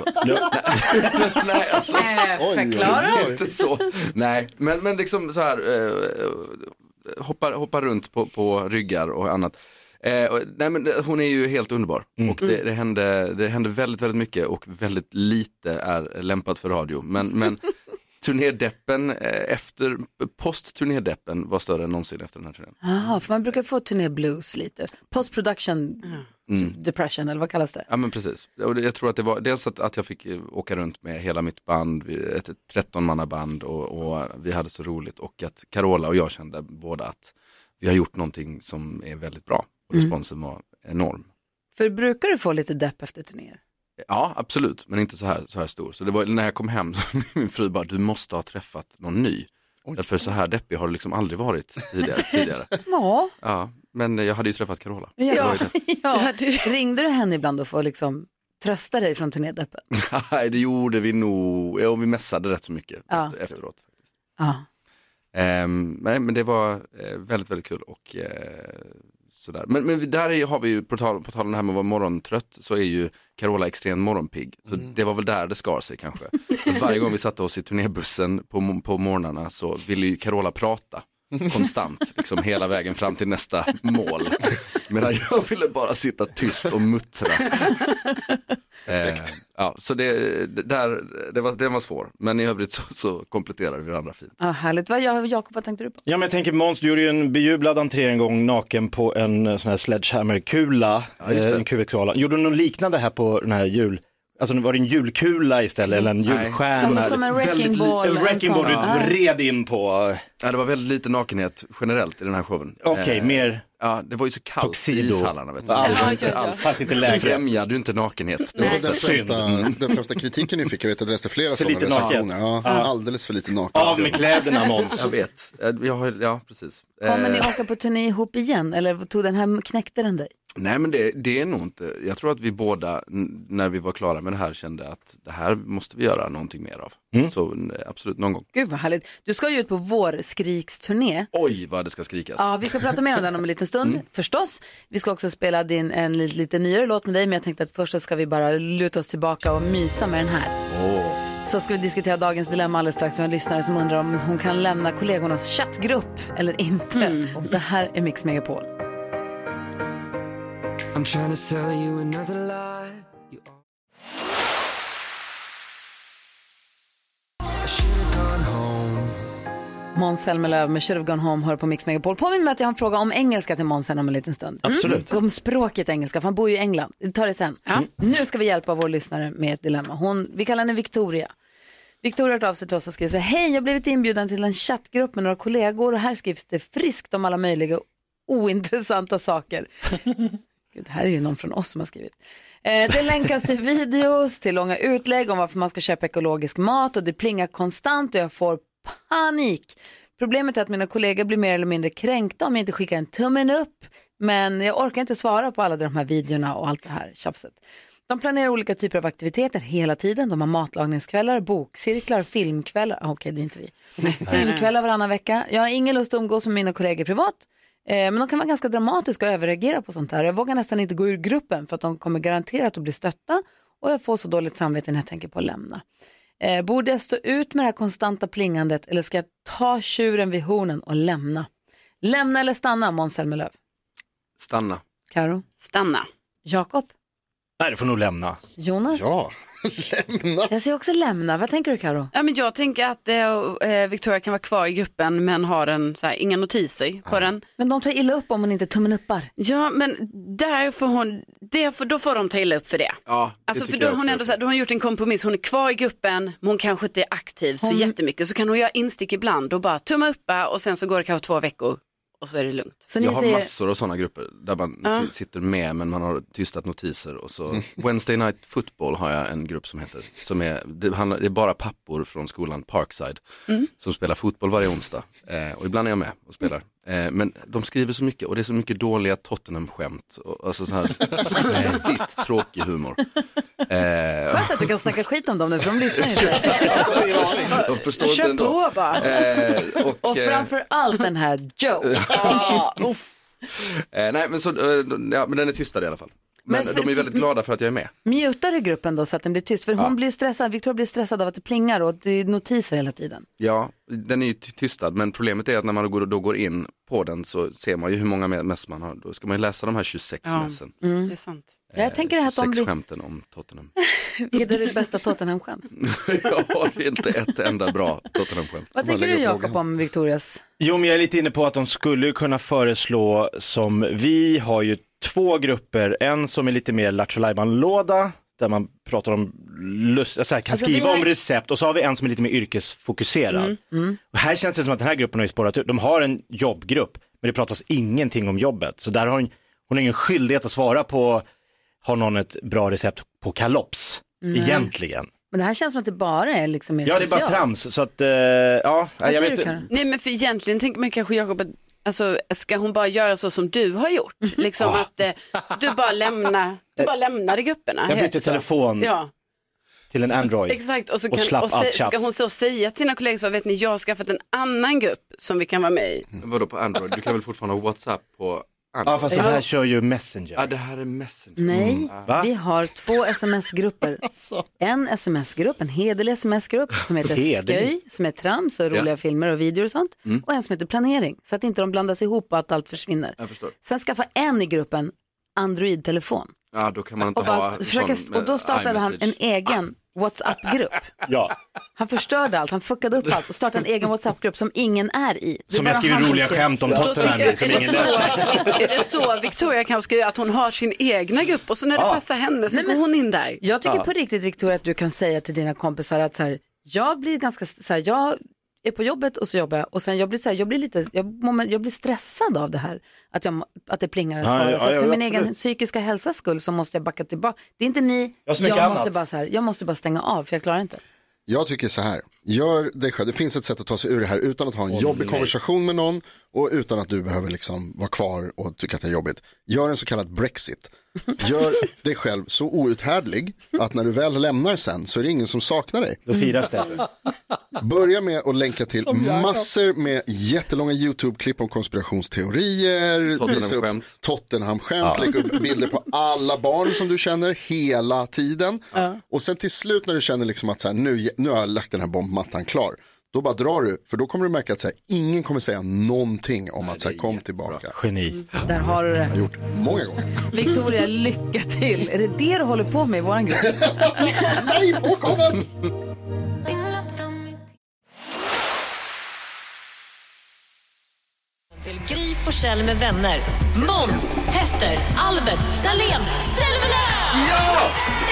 Nej, alltså. Äh, förklara. Inte så. Nej, men, men liksom så här eh, hoppar, hoppar runt på, på ryggar och annat. Eh, och, nej, men hon är ju helt underbar mm. och det, det, hände, det hände väldigt, väldigt mycket och väldigt lite är lämpat för radio. Men, men turnédeppen eh, efter, post-turnédeppen var större än någonsin efter den här turnén. Jaha, för man brukar få turnéblues lite. Post-production mm. depression, eller vad kallas det? Ja, men precis. Och det, jag tror att det var dels att, att jag fick åka runt med hela mitt band, ett tretton-mannaband och, och vi hade så roligt. Och att Carola och jag kände båda att vi har gjort någonting som är väldigt bra. Och responsen var enorm. För brukar du få lite depp efter turnéer? Ja, absolut. Men inte så här, så här stor. Så det var när jag kom hem så min fru bara, du måste ha träffat någon ny. Oj. För så här deppig har det liksom aldrig varit tidigare. tidigare. Ja. Ja. Men jag hade ju träffat Carola. Ja. ja. Ringde du henne ibland och få liksom trösta dig från turnédeppen? Nej, det gjorde vi nog. Ja, vi mässade rätt så mycket ja. efter, efteråt. Faktiskt. Ja. Um, nej, men det var uh, väldigt, väldigt kul. Och... Uh, Sådär. Men, men där är, har vi ju, på tal, på tal om det här med att vara morgontrött, så är ju Carola extremt morgonpigg. Så mm. det var väl där det skar sig kanske. Att varje gång vi satte oss i turnébussen på, på morgnarna så ville ju Carola prata konstant, liksom hela vägen fram till nästa mål. Medan jag ville bara sitta tyst och muttra. eh, ja, så det, det, där, det, var, det var svår. Men i övrigt så, så kompletterade vi varandra fint. Ja, härligt. Vad, Jakob, vad tänkte du på? Ja, men jag tänker, Måns, du gjorde ju en bejublad entré en gång naken på en sån här sledgehammer-kula. Ja, just det. En kubikskala. Gjorde du något liknande här på den här jul... Alltså var det en julkula istället eller en julstjärna? Alltså som en wrecking ball. En wrecking ball du ja. red in på. Ja, det var väldigt lite nakenhet generellt i den här showen. Okej, okay, eh, mer... Ja, det var ju så kallt Toxido. I ishallarna. Vet du. Ja, det var inte inte alls. Fast inte läge. Främjar du inte nakenhet. Det var den främsta, den främsta kritiken ni fick. Jag vet att det är flera sådana recensioner. Ja, ja. Alldeles för lite naket. Av med kläderna, Måns. Jag vet. Jag har, ja, precis. Kommer ni åka på turné ihop igen? Eller tog den här, knäckte den dig? Nej, men det, det är nog inte. Jag tror att vi båda, när vi var klara med det här, kände att det här måste vi göra någonting mer av. Mm. Så absolut, någon gång. Gud vad härligt. Du ska ju ut på vår skriksturné. Oj, vad det ska skrikas. Ja, vi ska prata mer om den om en liten stund, mm. förstås. Vi ska också spela din, en lite, lite nyare låt med dig, men jag tänkte att först så ska vi bara luta oss tillbaka och mysa med den här. Oh. Så ska vi diskutera dagens dilemma alldeles strax med en lyssnare som undrar om hon kan lämna kollegornas chattgrupp eller inte. Mm. Det här är Mix Megapol. I'm trying to sell you another lie. You are... I should have gone home. Måns Zelmerlöw med Should have gone home hör på Mix Megapol. Påminn mig att jag har en fråga om engelska till Måns om en liten stund. Absolut. Mm. Om språket engelska, för han bor ju i England. Vi tar det sen. Mm. Nu ska vi hjälpa vår lyssnare med ett dilemma. Hon, vi kallar henne Victoria. Victoria har hört av sig till oss och skriver så här: hej, jag har blivit inbjuden till en chattgrupp med några kollegor och här skrivs det friskt om alla möjliga ointressanta saker. Det här är ju någon från oss som har skrivit. Eh, det länkas till videos, till långa utlägg om varför man ska köpa ekologisk mat och det plingar konstant och jag får panik. Problemet är att mina kollegor blir mer eller mindre kränkta om jag inte skickar en tummen upp. Men jag orkar inte svara på alla de här videorna och allt det här tjafset. De planerar olika typer av aktiviteter hela tiden. De har matlagningskvällar, bokcirklar, filmkvällar. Okej, okay, det är inte vi. Filmkvällar varannan vecka. Jag har ingen lust att umgås med mina kollegor privat. Men de kan vara ganska dramatiska och överreagera på sånt här. Jag vågar nästan inte gå ur gruppen för att de kommer garanterat att bli stötta. Och jag får så dåligt samvete när jag tänker på att lämna. Eh, borde jag stå ut med det här konstanta plingandet eller ska jag ta tjuren vid hornen och lämna? Lämna eller stanna, Måns Zelmerlöw? Stanna. Karo? Stanna. Jakob? Nej, du får nog lämna. Jonas? Ja, Lämna? Jag säger också lämna. Vad tänker du, Karo? Ja, men jag tänker att eh, Victoria kan vara kvar i gruppen men har en, så här, inga notiser på den. Men de tar illa upp om hon inte tummen uppar. Ja, men där får hon, det får, då får de ta illa upp för det. Ja, det alltså, för tycker då, jag hon också. ändå, så här, då har hon gjort en kompromiss. Hon är kvar i gruppen, men hon kanske inte är aktiv så Hon- jättemycket. Så kan hon göra instick ibland och bara tumma uppa och sen så går det kanske två veckor och så är det lugnt. Så Jag ni har säger... massor av sådana grupper där man Ja. si- sitter med men man har tystat notiser och så Wednesday Night Football har jag en grupp som heter som är, det, handlar, det är bara pappor från skolan Parkside Mm. som spelar fotboll varje onsdag eh, och ibland är jag med och spelar eh, men de skriver så mycket och det är så mycket dåliga Tottenham-skämt och, alltså så här riktigt tråkig humor. Eh, Skönt att du kan snacka skit om dem nu, för de lyssnar inte. de förstår Kör inte på ändå. bara. Eh, och, Och eh, framför allt den här Joe. Ah, uff. eh, nej men så, eh, ja, men den är tystad i alla fall. Men, Men för- de är väldigt glada för att jag är med. Mutar du gruppen då så att den blir tyst? För hon Ja. blir stressad, Victoria blir stressad av att det plingar och det är notiser hela tiden. Ja, den är ju ty- tystad, men problemet är att när man går, då går in på den så ser man ju hur många mess man har. Då ska man ju läsa de här tjugosex Ja. messen. Mm. Det är sant. Jag tänker att de tjugosex blir... skämten om Tottenham. Vilket är ditt bästa Tottenham-skämt? Jag har inte ett enda bra Tottenham-skämt. Vad tänker du, Jakob, om Victorias? Jo, men jag är lite inne på att de skulle kunna föreslå som vi har ju två grupper. En som är lite mer Lattjo Lajban-låda där man pratar om lust, alltså här, kan Alltså, skriva vi har- om recept och så har vi en som är lite mer yrkesfokuserad. Mm, mm. Och här känns det som att den här gruppen har ju spårat ut. De har en jobbgrupp men det pratas ingenting om jobbet. Så där har hon, hon har ingen skyldighet att svara på har någon ett bra recept på kalops Nej. egentligen. Men det här känns som att det bara är liksom mer Ja, det är bara socialt. trams. Så att, eh, ja, Vad jag säger vet du, Karin? Nej, men för egentligen tänker man kanske, Jakob, att alltså, ska hon bara göra så som du har gjort? Liksom Ja. att eh, du bara lämnar, du bara lämnar i grupperna. Jag byter Så. telefon Ja, till en Android. exakt. Och, så Och kan, slapp och allt se, ska tjafs. hon så säga till sina kollegor så vet ni, jag har skaffat en annan grupp som vi kan vara med i. Vadå på Android? Du kan väl fortfarande ha WhatsApp på Android? Ja, fast det här kör ju Messenger. Ja, det här är Messenger. Nej, Mm. Va? vi har två sms-grupper. En sms-grupp, en hederlig sms-grupp som heter Hederlig. Sköj, som är trams och roliga Ja. filmer och videor och sånt. Mm. Och en som heter Planering, så att inte de blandas ihop och att allt försvinner. Jag förstår. Sen skaffa en i gruppen Android-telefon. Ja, då kan man inte Och, bara, ha försöka, sån, och då startade han iMessage. en egen WhatsApp-grupp. Ja. Han förstörde allt, han fuckade upp allt och startade en egen WhatsApp-grupp som ingen är i. Det är Som bara jag skriver han som roliga skriver. skämt om Då Tottenham tycker jag, som är, det ingen så, läser. är det så Victoria kanske ska göra, att hon har sin egna grupp och så när det Ja. passar henne så Nej, men- går hon in där. Jag tycker Ja. på riktigt, Victoria, att du kan säga till dina kompisar att så här, jag blir ganska, så här, jag är på jobbet och så jobbar jag och sen jag blir så här, jag blir lite, jag, mår- jag blir stressad av det här, att, jag, att det plingar en Ja, svara. ja, Så att ja, för min absolut. egen psykiska hälsas skull så måste jag backa tillbaka. Det är inte ni, Ja, så mycket jag måste, annat. bara så här, jag måste bara stänga av för jag klarar inte. Jag tycker så här, gör dig själv. Det finns ett sätt att ta sig ur det här utan att ha en jobbig konversation med någon och utan att du behöver liksom vara kvar och tycka att det är jobbigt. Gör en så kallad Brexit. Gör dig själv så outhärdlig att när du väl lämnar sen så är det ingen som saknar dig. Då firas det. Börja med att länka till massor med jättelånga YouTube-klipp om konspirationsteorier, visa upp Tottenham-skämt. Tottenham-skämt, lägga upp bilder på alla barn som du känner hela tiden. Och sen till slut när du känner liksom att så här, nu, nu har jag lagt den här bombmattan klar, då bara drar du, för då kommer du märka att så här, ingen kommer säga någonting om att så här, kom tillbaka. Geni. Där har du Jag har det. gjort många gånger. Victoria, lycka till. Är det det du håller på med i våran grupp? Nej, påkommen! Till Gry Forssell med vänner. Måns, Petter, Albert, Salén, Selmerlöw! Ja!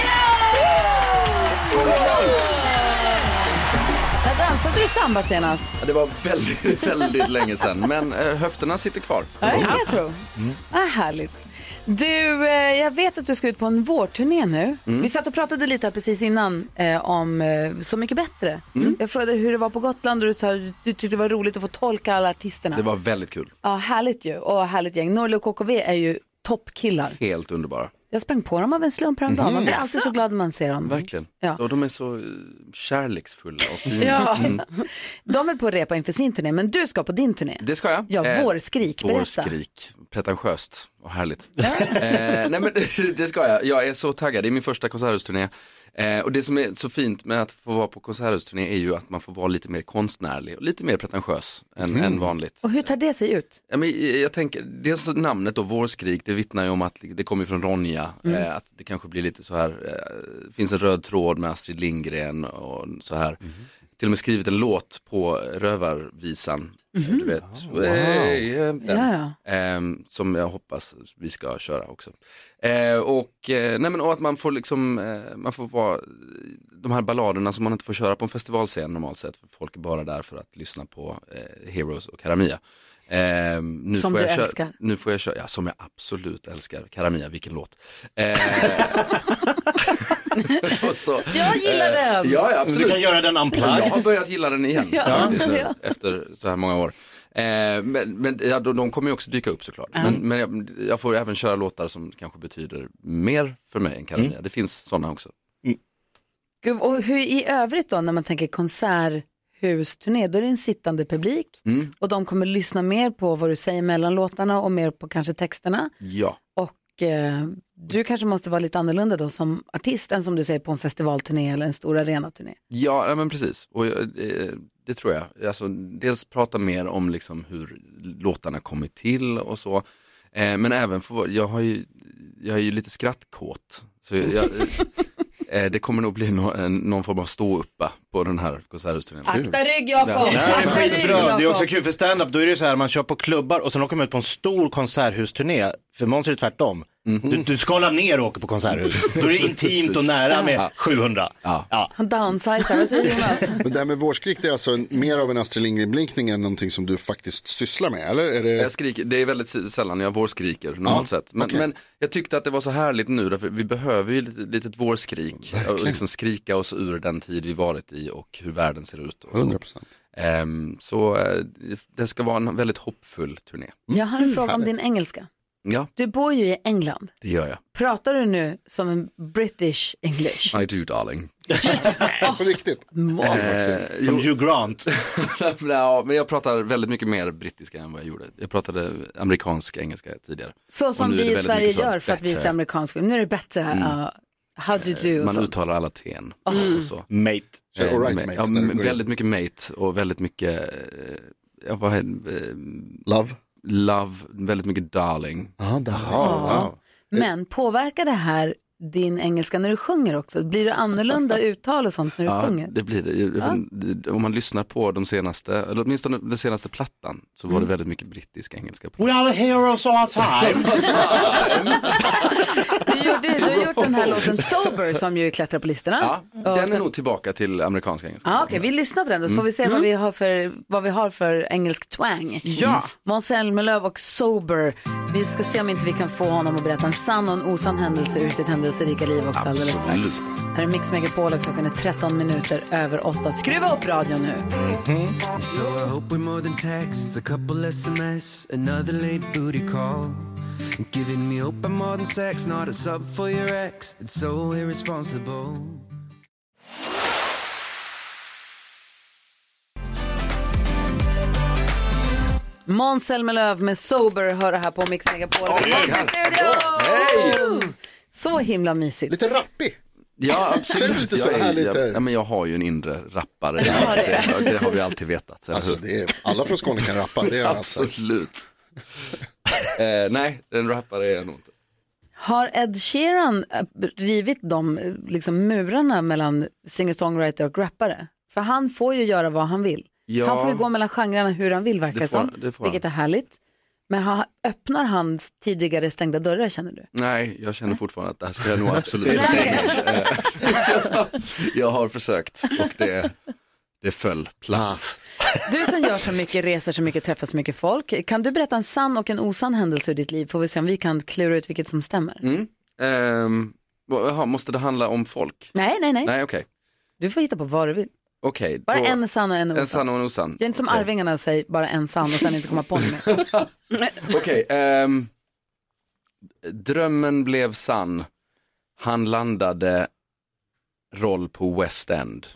När dansade du samba senast? Ja, det var väldigt, väldigt länge sedan, men eh, höfterna sitter kvar. Ja, jag tror. Ah, härligt. Du, eh, jag vet att du ska ut på en vårturné nu. Mm. Vi satt och pratade lite här precis innan eh, om eh, Så mycket bättre. Mm. Jag frågade hur det var på Gotland och du sa du tyckte det var roligt att få tolka alla artisterna. Det var väldigt kul. Ja, härligt ju. Och härligt gäng. Norli och K K V är ju toppkillar. Helt underbara. Jag sprang på dem av en slump häromdagen. Mhm. Man blir alltid så glad när man ser dem. Verkligen. Ja. Och de är så eh, kärleksfulla och fina. Ja. Mm. De är på att repa inför sin turné, men du ska på din turné. Det ska jag. Ja, vårskrik. Berätta. Vårskrik. Pretentiöst och härligt. eh, nej men det ska jag. Jag är så taggad. Det är min första konserthusturné. Eh, och det som är så fint med att få vara på konserthusturné är ju att man får vara lite mer konstnärlig och lite mer pretentiös än, Mm. än vanligt. Och hur tar det sig ut? Ja, men jag, jag tänker, dels namnet då, Vårskrik, det vittnar ju om att det kommer från Ronja, Mm. eh, att det kanske blir lite så här, eh, finns en röd tråd med Astrid Lindgren och så här. Mm. Till och med skrivit en låt på Rövarvisan, Mhm. du vet, Wow. hey, eh, den, Ja. eh, som jag hoppas vi ska köra också. Eh, och, eh, nej men, och att man får liksom, eh, man får vara de här balladerna som man inte får köra på en festivalscen normalt sett, för folk är bara där för att lyssna på eh, Heroes och Karamia. Eh, nu Som får du jag köra, älskar. Nu får jag köra, ja, som jag absolut älskar. Karamia, vilken låt. Eh, och så, Jag gillar eh, den. Ja, ja, absolut. Du kan göra den unplugged. Jag har börjat gilla den igen, Ja. faktiskt, nu, Ja. efter så här många år. Eh, men men ja, de, de kommer ju också dyka upp såklart. Mm. Men, men jag, jag får även köra låtar som kanske betyder mer för mig än Karamia. Mm. Det finns sådana också. Gud, och hur i övrigt då när man tänker konserthusturné, då är det en sittande publik Mm. och de kommer lyssna mer på vad du säger mellan låtarna och mer på kanske texterna. Ja. Och eh, du kanske måste vara lite annorlunda då som artist än som du säger på en festivalturné eller en stor arenaturné. Ja, ja, men precis. Och jag, det, det tror jag. Alltså, dels prata mer om liksom hur låtarna kommit till och så. Eh, men även för, jag har ju, jag är ju lite skrattkåt. Så jag, eh, det kommer nog bli no, en, någon form av stå-uppa på den här konserthusturnén. Akta rygg, Jakob! Ja. Nej, men Akta rygg, skitbra. Det är Jakob! också kul för stand-up. Då är det så här, man kör på klubbar och sen åker man ut på en stor konserthusturné. För Måns är det tvärtom. Du, du skalar ner och åker på konserthus. Då är det intimt och nära med Ja. sjuhundra. Ja. Ja. Han downsizar, vad säger Jonas? Men det här med vårskrik, det är alltså en, mer av en Astrid Lindgren-blinkning än någonting som du faktiskt sysslar med, eller? Är det... Jag skriker, det är väldigt sällan jag vårskriker normalt Ja, sett. Men, okej. men jag tyckte att det var så härligt nu, därför vi behöver ju lite, litet vårskrik. Och liksom skrika oss ur den tid vi varit i och hur världen ser ut. Och så. hundra procent. Ehm, så eh, det ska vara en väldigt hoppfull turné. Jag har en fråga om din engelska. Ja, Du bor ju i England. det gör jag. Pratar du nu som en British English? I do, darling. På riktigt. Eh, Som jo, Hugh Grant. ja, men jag pratar väldigt mycket mer brittiska än vad jag gjorde. Jag pratade amerikansk engelska tidigare. Så Och som nu är det vi i väldigt Sverige mycket så, gör för att vi är bättre. amerikanska. Nu är det bättre. Uh, how do you do? och Man sånt. uttalar alla ten Mm. och så. Mate. Kör all right, Eh, mate, ja, när du men går in. väldigt mycket mate och väldigt mycket eh, ja, vad är, eh, Love. love, väldigt mycket darling. Ja, där. Ja. Men påverkar det här din engelska när du sjunger också? Blir det annorlunda uttal och sånt när du Ja, sjunger? det blir det. Ja. Om man lyssnar på de senaste, eller åtminstone den senaste plattan, så var Mm. det väldigt mycket brittisk engelska på. We are the heroes of our time. Du, gjorde, du har gjort den här låten Sober som ju klättrar på listorna. Ja, Och den är sen- nog tillbaka till amerikansk engelska. Ja, okej, vi lyssnar på den då så får vi se vad, vi har för, vad vi har för engelsk twang. Ja. Måns Zelmerlöw och Sober. Vi ska se om inte vi kan få honom att berätta en sann och en osann händelse ur sitt händelserika liv också alldeles strax. Absolut. Här är Mix Megapol och klockan är tretton minuter över åtta. Skruva upp radion nu. So I hope we're more than texts, a couple S M S, another late booty call. Giving me hope I'm more than sex, not a sub for your ex. It's so irresponsible. Måns Zelmerlöw med Sober hör det här på Mix Megapol. Oj, Måns i oj, studion! Hej! Så himla mysigt. Lite rappig. Ja, absolut. Känns lite så jag, är- härligt här. jag, ja, men jag har ju en inre rappare. Du har det. det, det har vi alltid vetat. eller Alltså, hur? det är, alla från Skåne kan rappa. Det är Absolut. eh, nej, en rappare är jag nog inte. Har Ed Sheeran äh, rivit de äh, liksom, murarna mellan singer-songwriter och rappare? För han får ju göra vad han vill. Ja. Han får ju gå mellan genrerna hur han vill, verkar Det får- som. det får Vilket är härligt. Men ha, öppnar hans tidigare stängda dörrar, känner du? Nej, jag känner fortfarande att det här ska jag nog absolut stängas. Eh, jag, jag har försökt och det, det föll platt. Du som gör så mycket, reser så mycket, träffar så mycket folk. Kan du berätta en sann och en osann händelse ur ditt liv? Får vi se om vi kan klura ut vilket som stämmer. Mm. Ehm, vad- jaha, måste det handla om folk? Nej, nej, nej. Nej, okej. Du får hitta på vad du vill. Okej, Bara då- en sann och en osann. En sann och en osann. Gör inte som Okej. Arvingarna och säger bara en sann och sen inte komma på något mer. Okej, ehm, drömmen blev sann. Han landade roll på West End.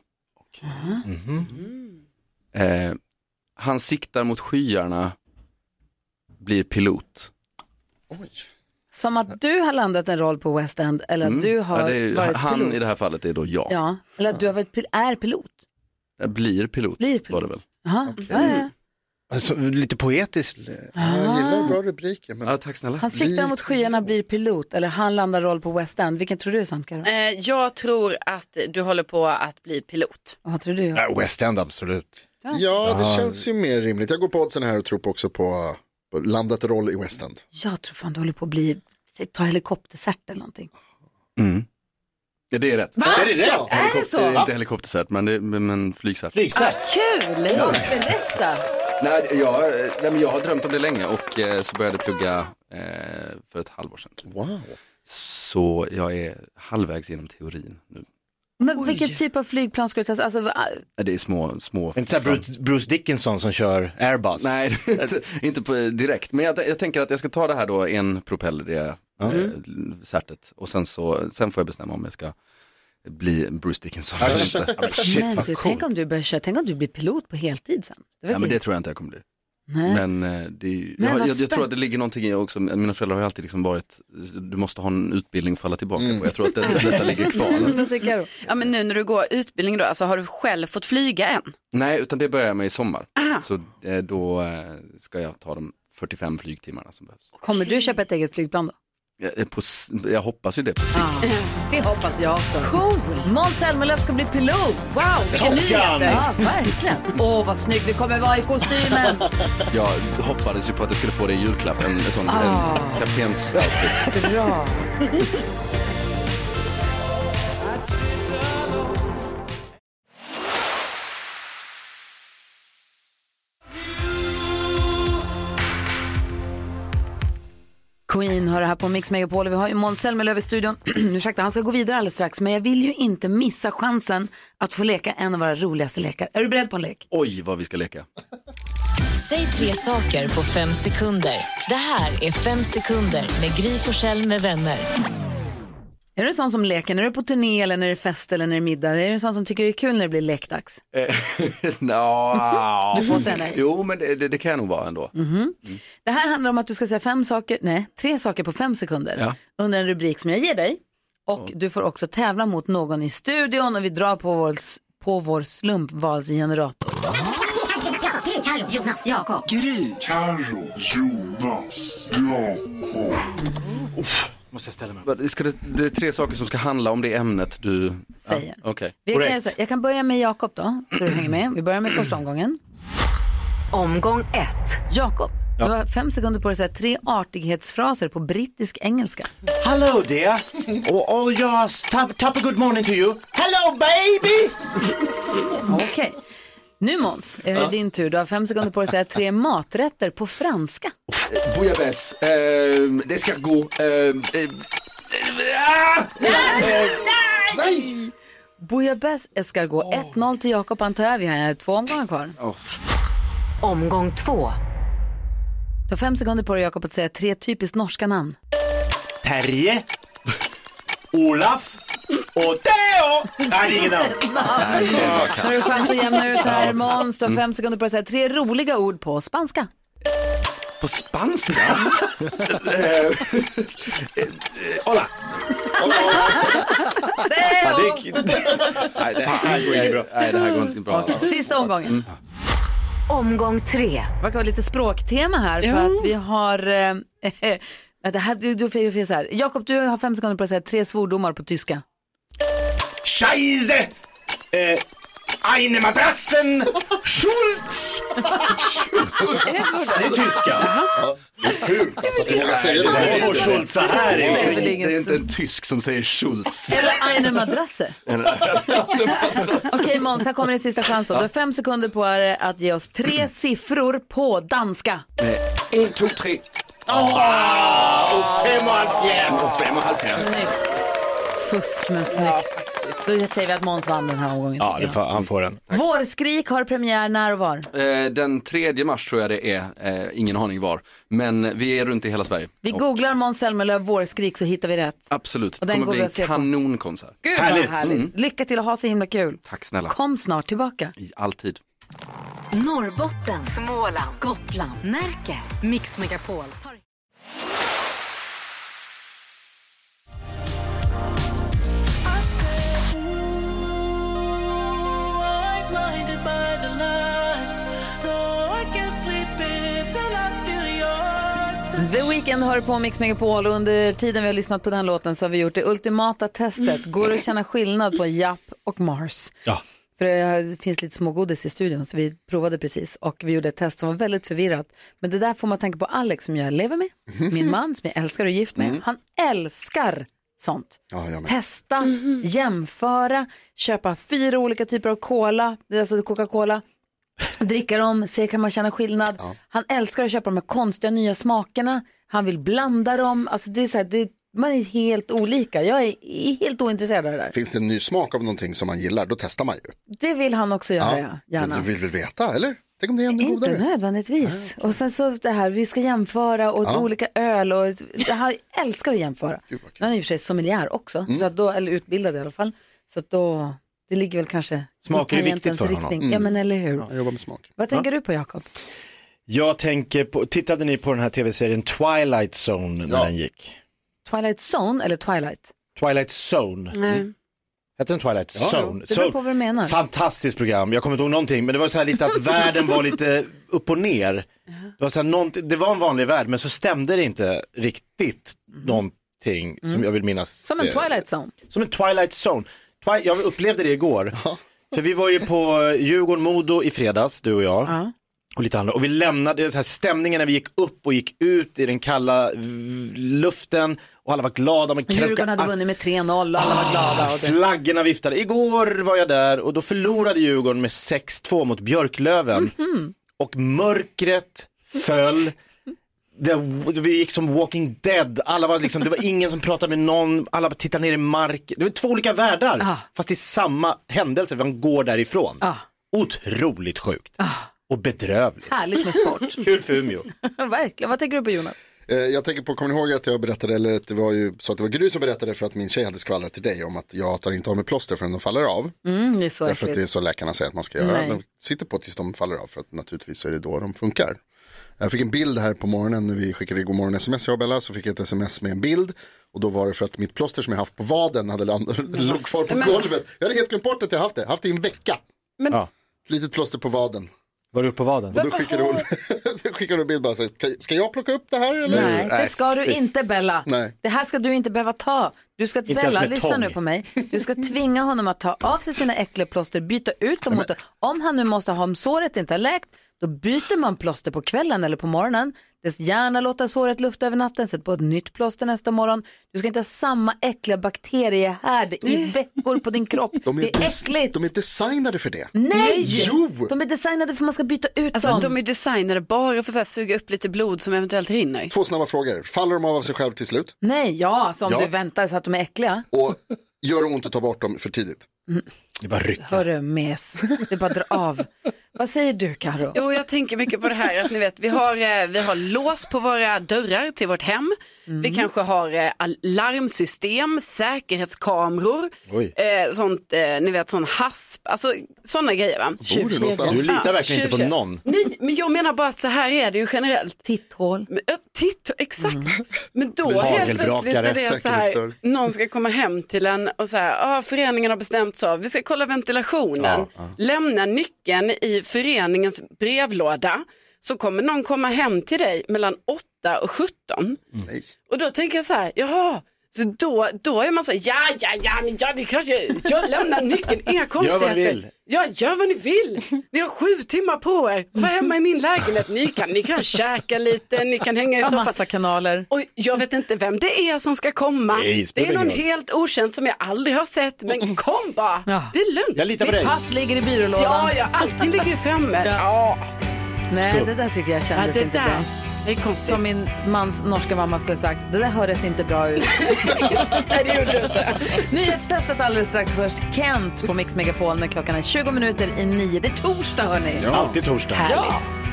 Eh, han siktar mot skyarna, blir pilot. Som att du har landat en roll på West End eller att Mm. du har ja, det är, varit han pilot. i det här fallet är då jag. Ja, eller att du har varit pil- är pilot. Jag blir pilot, Blir pilot. var det väl. Jaha, okay. ja, ja. Alltså, lite poetiskt. Jag gillar bra rubriker. Men... Ja, tack snälla. Han siktar mot skyarna, blir pilot eller han landar roll på West End. Vilken tror du är sant, Karo? Eh, jag tror att du håller på att bli pilot. Vad tror du? Ja, West End, absolut. Ja, det känns ju mer rimligt. Jag går på oddsen här och tror på också på, på landat roll i West End. Jag tror fan du håller på att bli, ta helikoptercert eller någonting. Mm. Ja, det är rätt. Va? Är det rätt? Är det Helikop- så? det är inte helikoptercert, men, det, men flygcert. Ah, kul! Ja. Berätta. Nej, jag, nej, men jag har drömt om det länge och eh, så började jag plugga eh, för ett halvår sedan. Wow. Så jag är halvvägs genom teorin nu. Men vilken typ av flygplan ska du testa? Alltså, va- Det är små, små. Inte så här Bruce, Bruce Dickinson som kör Airbus. Nej, inte, inte på, direkt. Men jag, jag tänker att jag ska ta det här då, en propeller, det Mm. eh, certet. Och sen, så, sen får jag bestämma om jag ska bli Bruce Dickinson. Ja, eller shit. inte. Ja, shit, men vad du, coolt. tänk om du börjar köra, tänk om du blir pilot på heltid sen. Det var Ja, men fint. det tror jag inte jag kommer bli. Nej. Men, eh, det, är ju- Men jag, har- vad jag, jag tror spännande. att det ligger någonting i också. Mina föräldrar har ju alltid liksom varit, du måste ha en utbildning att falla tillbaka på. Jag tror att det, detta ligger kvar. Ja, men nu när du går utbildning då, alltså har du själv fått flyga än? Nej, utan det börjar jag med i sommar. Så eh, då eh, ska jag ta de fyrtiofem flygtimmarna som behövs. Kommer du köpa ett eget flygplan då? Jag, är på, s- jag hoppas ju det på sikt. Ja, det hoppas jag också. Cool! Måns Zelmerlöw ska bli pilot. Wow, vilken Top nyhet. Gun! Ja, verkligen. Åh, vad snygg du kommer vara i kostymen. Jag hoppades ju på att jag skulle få det i julklapp, en, en sån Ah. en kaptens outfit. Bra. Queen har det här på Mix Megapol. Vi har ju Måns Zelmerlöw i studion. Ursäkta, han ska gå vidare alldeles strax. Men jag vill ju inte missa chansen att få leka en av våra roligaste lekar. Är du beredd på en lek? Oj, vad vi ska leka. Säg tre saker på fem sekunder. Det här är Fem sekunder med Gry Forssell med vänner. Är du en sån som leker när du är på turné eller när det är fest eller när det är middag? Är du en sån som tycker det är kul när det blir lekdags? Nå. Du får säga nej. Jo, men det, det, det kan jag nog vara ändå. Mhm. Det här handlar om att du ska säga fem saker, nej, tre saker på fem sekunder Ja. under en rubrik som jag ger dig. Och du får också tävla mot någon i studion och vi drar på vår, på vår slumpvalsgenerator. Gry, Carro, Jonas, Jakob. Gry, Carro, Jonas, Jakob. Måste jag ställa mig. Ska det, det är tre saker som ska handla om det ämnet du Säger. Ja, okej. Vi kan, jag kan börja med Jakob då, så du hänger med. Vi börjar med första omgången. Omgång ett. Jakob, Ja. du har fem sekunder på dig att säga tre artighetsfraser på brittisk engelska. Hello dear. Oh, oh yes, top, top a good morning to you. Hello baby. Okej. Nu Måns, är det Ja. din tur. Du har fem sekunder på dig att säga tre maträtter på franska. Bouillabaisse, eh, escargot, eh, eh, ah! Nej! Bouillabaisse escargot. ett noll till Jakob antar jag. Vi har två omgångar kvar. Omgång två. Du har fem sekunder på dig Jakob att säga tre typiskt norska namn. Terje, Olaf och Theo. Nej, det är ingen namn. Nej, nu har du chans att jämna ut här. Måns, du har fem sekunder på dig att säga tre roliga ord på spanska. På spanska? Hola. Det är Nej, det här går inte bra. Nej, det här går inte bra. Okej, sista omgången. Omgång tre. Det verkar vara lite språktema här för Ja. att vi har... Eh, det här, du, du får så här. Jakob, du har fem sekunder på dig att säga tre svordomar på tyska. Scheisse. Eh, eine Madrassen. Schultz. Det är tyska. Ja, det är fult alltså. Att våga säga det. Det var Schultz så här. Det är väl Det ingen är inte en tysk som säger Schultz. Eller eine madrasse. Okej Måns, här kommer din sista chans då. Du har fem sekunder på er att ge oss tre siffror på danska. En, två, tre. Och fem och halv fjärs. Och fem och halv fjärs. Snyggt. Fusk men snyggt. Då säger vi att Måns vann den här omgången. Ja, tycker det jag. får, han får den. Vårskrik har premiär när och var? Eh, den tredje mars tror jag det är, eh, ingen aning var. Men vi är runt i hela Sverige. Vi Och googlar Måns Zelmerlöw vårskrik så hittar vi rätt. absolut, Och det den kommer går bli vi en att se på. kanonkonsert. Gud Härligt. vad härligt. Mm. Lycka till att ha så himla kul. Tack snälla. Kom snart tillbaka. I alltid. Norrbotten. Småland. Gotland. Närke. Mix Megapol. Weeknd hör på Mix Megapol och under tiden vi har lyssnat på den låten så har vi gjort det ultimata testet. Går det att känna skillnad på Japp och Mars? Ja. För det finns lite smågodis i studion så vi provade precis och vi gjorde ett test som var väldigt förvirrat. Men det där får man tänka på Alex som jag lever med, min man som jag älskar och är gift med. Mm. Han älskar sånt. Ja, Testa, mm. jämföra, köpa fyra olika typer av cola, alltså Coca-Cola. Dricka dem, se kan man känna skillnad. Ja. Han älskar att köpa de här konstiga nya smakerna. Han vill blanda dem. Alltså det är så här, det, man är helt olika. Jag är helt ointresserad av det där. Finns det en ny smak av någonting som man gillar, då testar man ju. Det vill han också göra, ja, ja. gärna. Men du vill väl veta, eller? Tänk om det är ändå Inte godare. nödvändigtvis. Ja. Och sen så det här, vi ska jämföra och Ja. olika öl. Och, han älskar att jämföra. Han är i och för sig sommelier också. Mm. Så att då, eller utbildad i alla fall. Så att då... Det ligger väl kanske Smak är i viktigt för riktning. honom. Mm. Ja men eller hur. Ja, jag jobbar med smak. Vad tänker Ja. du på Jakob? Jag tänker på, tittade ni på den här tv-serien Twilight Zone när Ja. den gick? Twilight Zone eller Twilight? Twilight Zone. Nej. Hette den Twilight Ja, Zone? det beror på vad du menar. Fantastiskt program, jag kommer inte ihåg någonting, men det var så här lite att världen var lite upp och ner. Det var, så här, någonting- det var en vanlig värld, men så stämde det inte riktigt någonting som jag vill minnas. Som en eh, Twilight Zone. Som en Twilight Zone. Twi- jag upplevde det igår. För vi var ju på Djurgården Modo i fredags, du och jag. Ja. Och lite andra. Och vi lämnade så här stämningen när vi gick upp och gick ut i den kalla v- luften. Och alla var glada. Men Djurgården hade vunnit med tre noll och alla var glada. Och det... Flaggorna viftade. Igår var jag där och då förlorade Djurgården med sex två mot Björklöven. Mhm. Och mörkret föll. Det, vi gick som Walking Dead. Alla var liksom, det var ingen som pratade med någon. Alla tittade ner i marken. Det var två olika världar. Ah. Fast det är samma händelse. Man går därifrån. Ah. Otroligt sjukt. Och bedrövligt. Härligt med sport. Kul för Umeå. Verkligen. Vad tänker du på Jonas? Eh, Jag tänker på, kommer ni ihåg att jag berättade, eller att det var ju så att det var Gry som berättade för att min tjej hade skvallrat till dig om att jag tar inte av med plåster förrän de faller av. Mm, det är så Därför att det är äckligt. så läkarna säger att man ska göra. Nej. De sitter på tills de faller av för att naturligtvis så är det då de funkar. Jag fick en bild här på morgonen när vi skickade igår morgon sms jag och Bella, så fick jag ett sms med en bild och då var det för att mitt plåster som jag haft på vaden hade land- låg kvar på Men- golvet. Jag hade helt glömt bort att jag haft det, haft det i en vecka. Men- Ja. Ett litet plåster på vaden. Var du uppe på vaden? Och då skickade hon, då skickade hon en bild bara så här, "Ska- ska jag plocka upp det här eller? Nej, det ska du inte, Bella. Nej. Det här ska du inte behöva ta. Du ska, ens Bella, med lyssna tång. nu på mig. Du ska tvinga honom att ta av sig sina äckliga plåster, byta ut dem mot det. Om han nu måste ha, om såret inte har läkt, då byter man plåster på kvällen eller på morgonen. Dess gärna låta såret lufta över natten, sätt på ett nytt plåster nästa morgon. Du ska inte ha samma äckliga bakteriehärd i veckor på din kropp. De är, Det är des- äckligt. de är designade för det. Nej! Jo! De är designade för att man ska byta ut Alltså dem. de är designade bara för att så här, suga upp lite blod som eventuellt rinner. Två snabba frågor. Faller de av av sig själv till slut? Nej, ja, alltså om Ja. du väntar så att de är äckliga. Och gör det ont att ta bort dem för tidigt? Det bara rycker. Hörru, mes. Det är bara dra av. Vad säger du, Karo? Jo, jag tänker mycket på det här att ni vet, vi har, eh, vi har lås på våra dörrar till vårt hem. Vi kanske har eh, larmsystem, säkerhetskameror, Oj. eh, sånt, eh, ni vet, sån hasp, alltså sådana grejer va? Bor du någonstans? Du litar verkligen inte på tjuvkedja. någon. Nej, men jag menar bara att så här är det ju generellt. Titthål. Men, ja, titt, exakt. Men då Med helt plötsligt hagelbrakare, är det så säkerhetsdörr. här, någon ska komma hem till en och säga, ah, föreningen har bestämt så, vi ska kolla ventilationen, lämna nyckeln i föreningens brevlåda, så kommer någon komma hem till dig mellan åtta och sjutton. Nej. Och då tänker jag så här, jaha, så då, då är man så, ja, ja, ja, men ja, det är klart jag, jag lämnar nyckeln, inga konstigheter. ni vill. Ja, gör vad ni vill. Ni har sju timmar på er. Var hemma i min lägenhet. Ni kan, ni kan käka lite, ni kan hänga i Ja, soffan. massa kanaler. Och jag vet inte vem det är som ska komma. Nej, det spelar är någon ingen roll. helt okänd som jag aldrig har sett. Men kom bara, Ja. det är lugnt. Jag litar på Mitt dig. pass ligger i byrålådan. Ja, ja, allting ligger ju framme. Ja, Nej, Skumt. det där tycker jag ja kändes det inte där, bra. det är konstigt. Som min mans norska mamma skulle sagt, det där hördes inte bra ut. Nej, det gjorde du inte. Nyhetstestet alldeles strax. Först Kent på Mix Megapol när klockan är tjugo minuter i nio. Det är torsdag, hörni. Ja. Alltid torsdag. Härligt.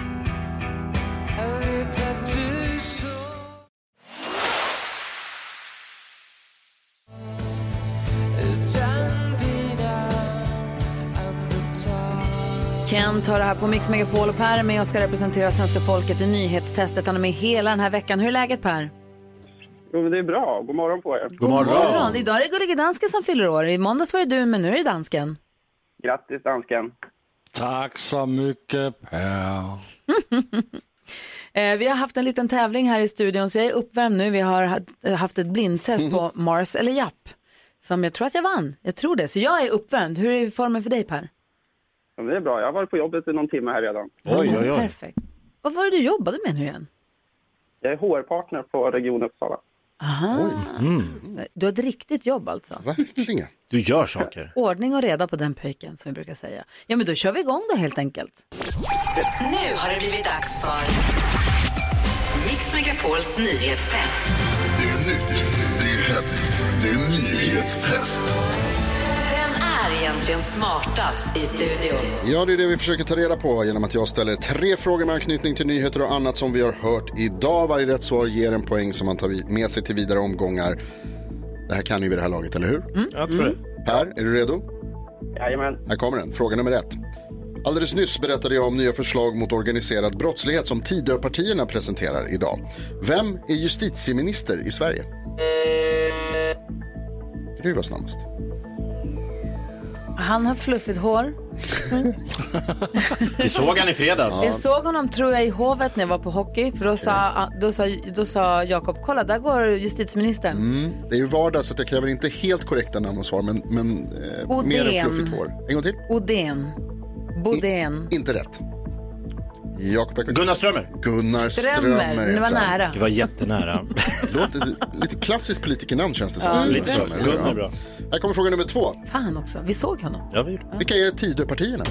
Kent har det här på Mix Megapol och Per är med och ska representera svenska folket i nyhetstestet. Han är med hela den här veckan. Hur är läget, Per? Jo, men det är bra. God morgon på er. God morgon. Idag är det Gullige Dansken som fyller år. I måndags var det du, men nu är det dansken. Grattis, dansken. Tack så mycket, Per. Eh, vi har haft en liten tävling här i studion så jag är uppvärmd nu. Vi har haft ett blindtest på Mars eller Japp som jag tror att jag vann. Jag tror det. Så jag är uppvärmd. Hur är formen för dig, Per? Ja, det är bra. Jag har varit på jobbet i någon timme här redan. Oj, oj, oj. Perfekt. Vad var det du jobbade med nu igen? Jag är H R-partner på Region Uppsala. Aha. Mm. Du har ett riktigt jobb alltså. Verkligen. Du gör saker. Ordning och reda på den pöjken som vi brukar säga. Ja, men då kör vi igång då helt enkelt. Nu har det blivit dags för Mix Megapols nyhetstest. Det är nytt, det är hett, det är nyhetstest. Vem är egentligen smartast i studion? Ja, det är det vi försöker ta reda på genom att jag ställer tre frågor med anknytning till nyheter och annat som vi har hört idag. Varje rätt svar ger en poäng som man tar med sig till vidare omgångar. Det här kan ju vid det här laget, eller hur? Mm. Jag tror det. Per, är du redo? Jajamän. Här kommer den. Fråga nummer ett. Alldeles nyss berättade jag om nya förslag mot organiserad brottslighet som Tidöpartierna presenterar idag. Vem är justitieminister i Sverige? Du var snabbast. Han har fluffigt hår. Vi såg han i fredags. Jag såg honom tror jag i hovet när jag var på hockey. För då sa, då sa, då sa Jakob, kolla där går justitieministern. Mm. Det är ju vardag så att jag kräver inte helt korrekta namn och svar. Men, men eh, mer än fluffigt hår. En gång till. Odén. Bodén. I, inte rätt. Jakob Ekqvist. Gunnar Strömmer. Gunnar Strömmer. Strömmer. Det var nära. Det var jättenära. Låter lite klassiskt politikernamn känns det som. Ja, lite så. Gunnar är bra. Här kommer fråga nummer två. Fan också, vi såg honom. Ja, vi gjorde. Vilka är Tidöpartierna?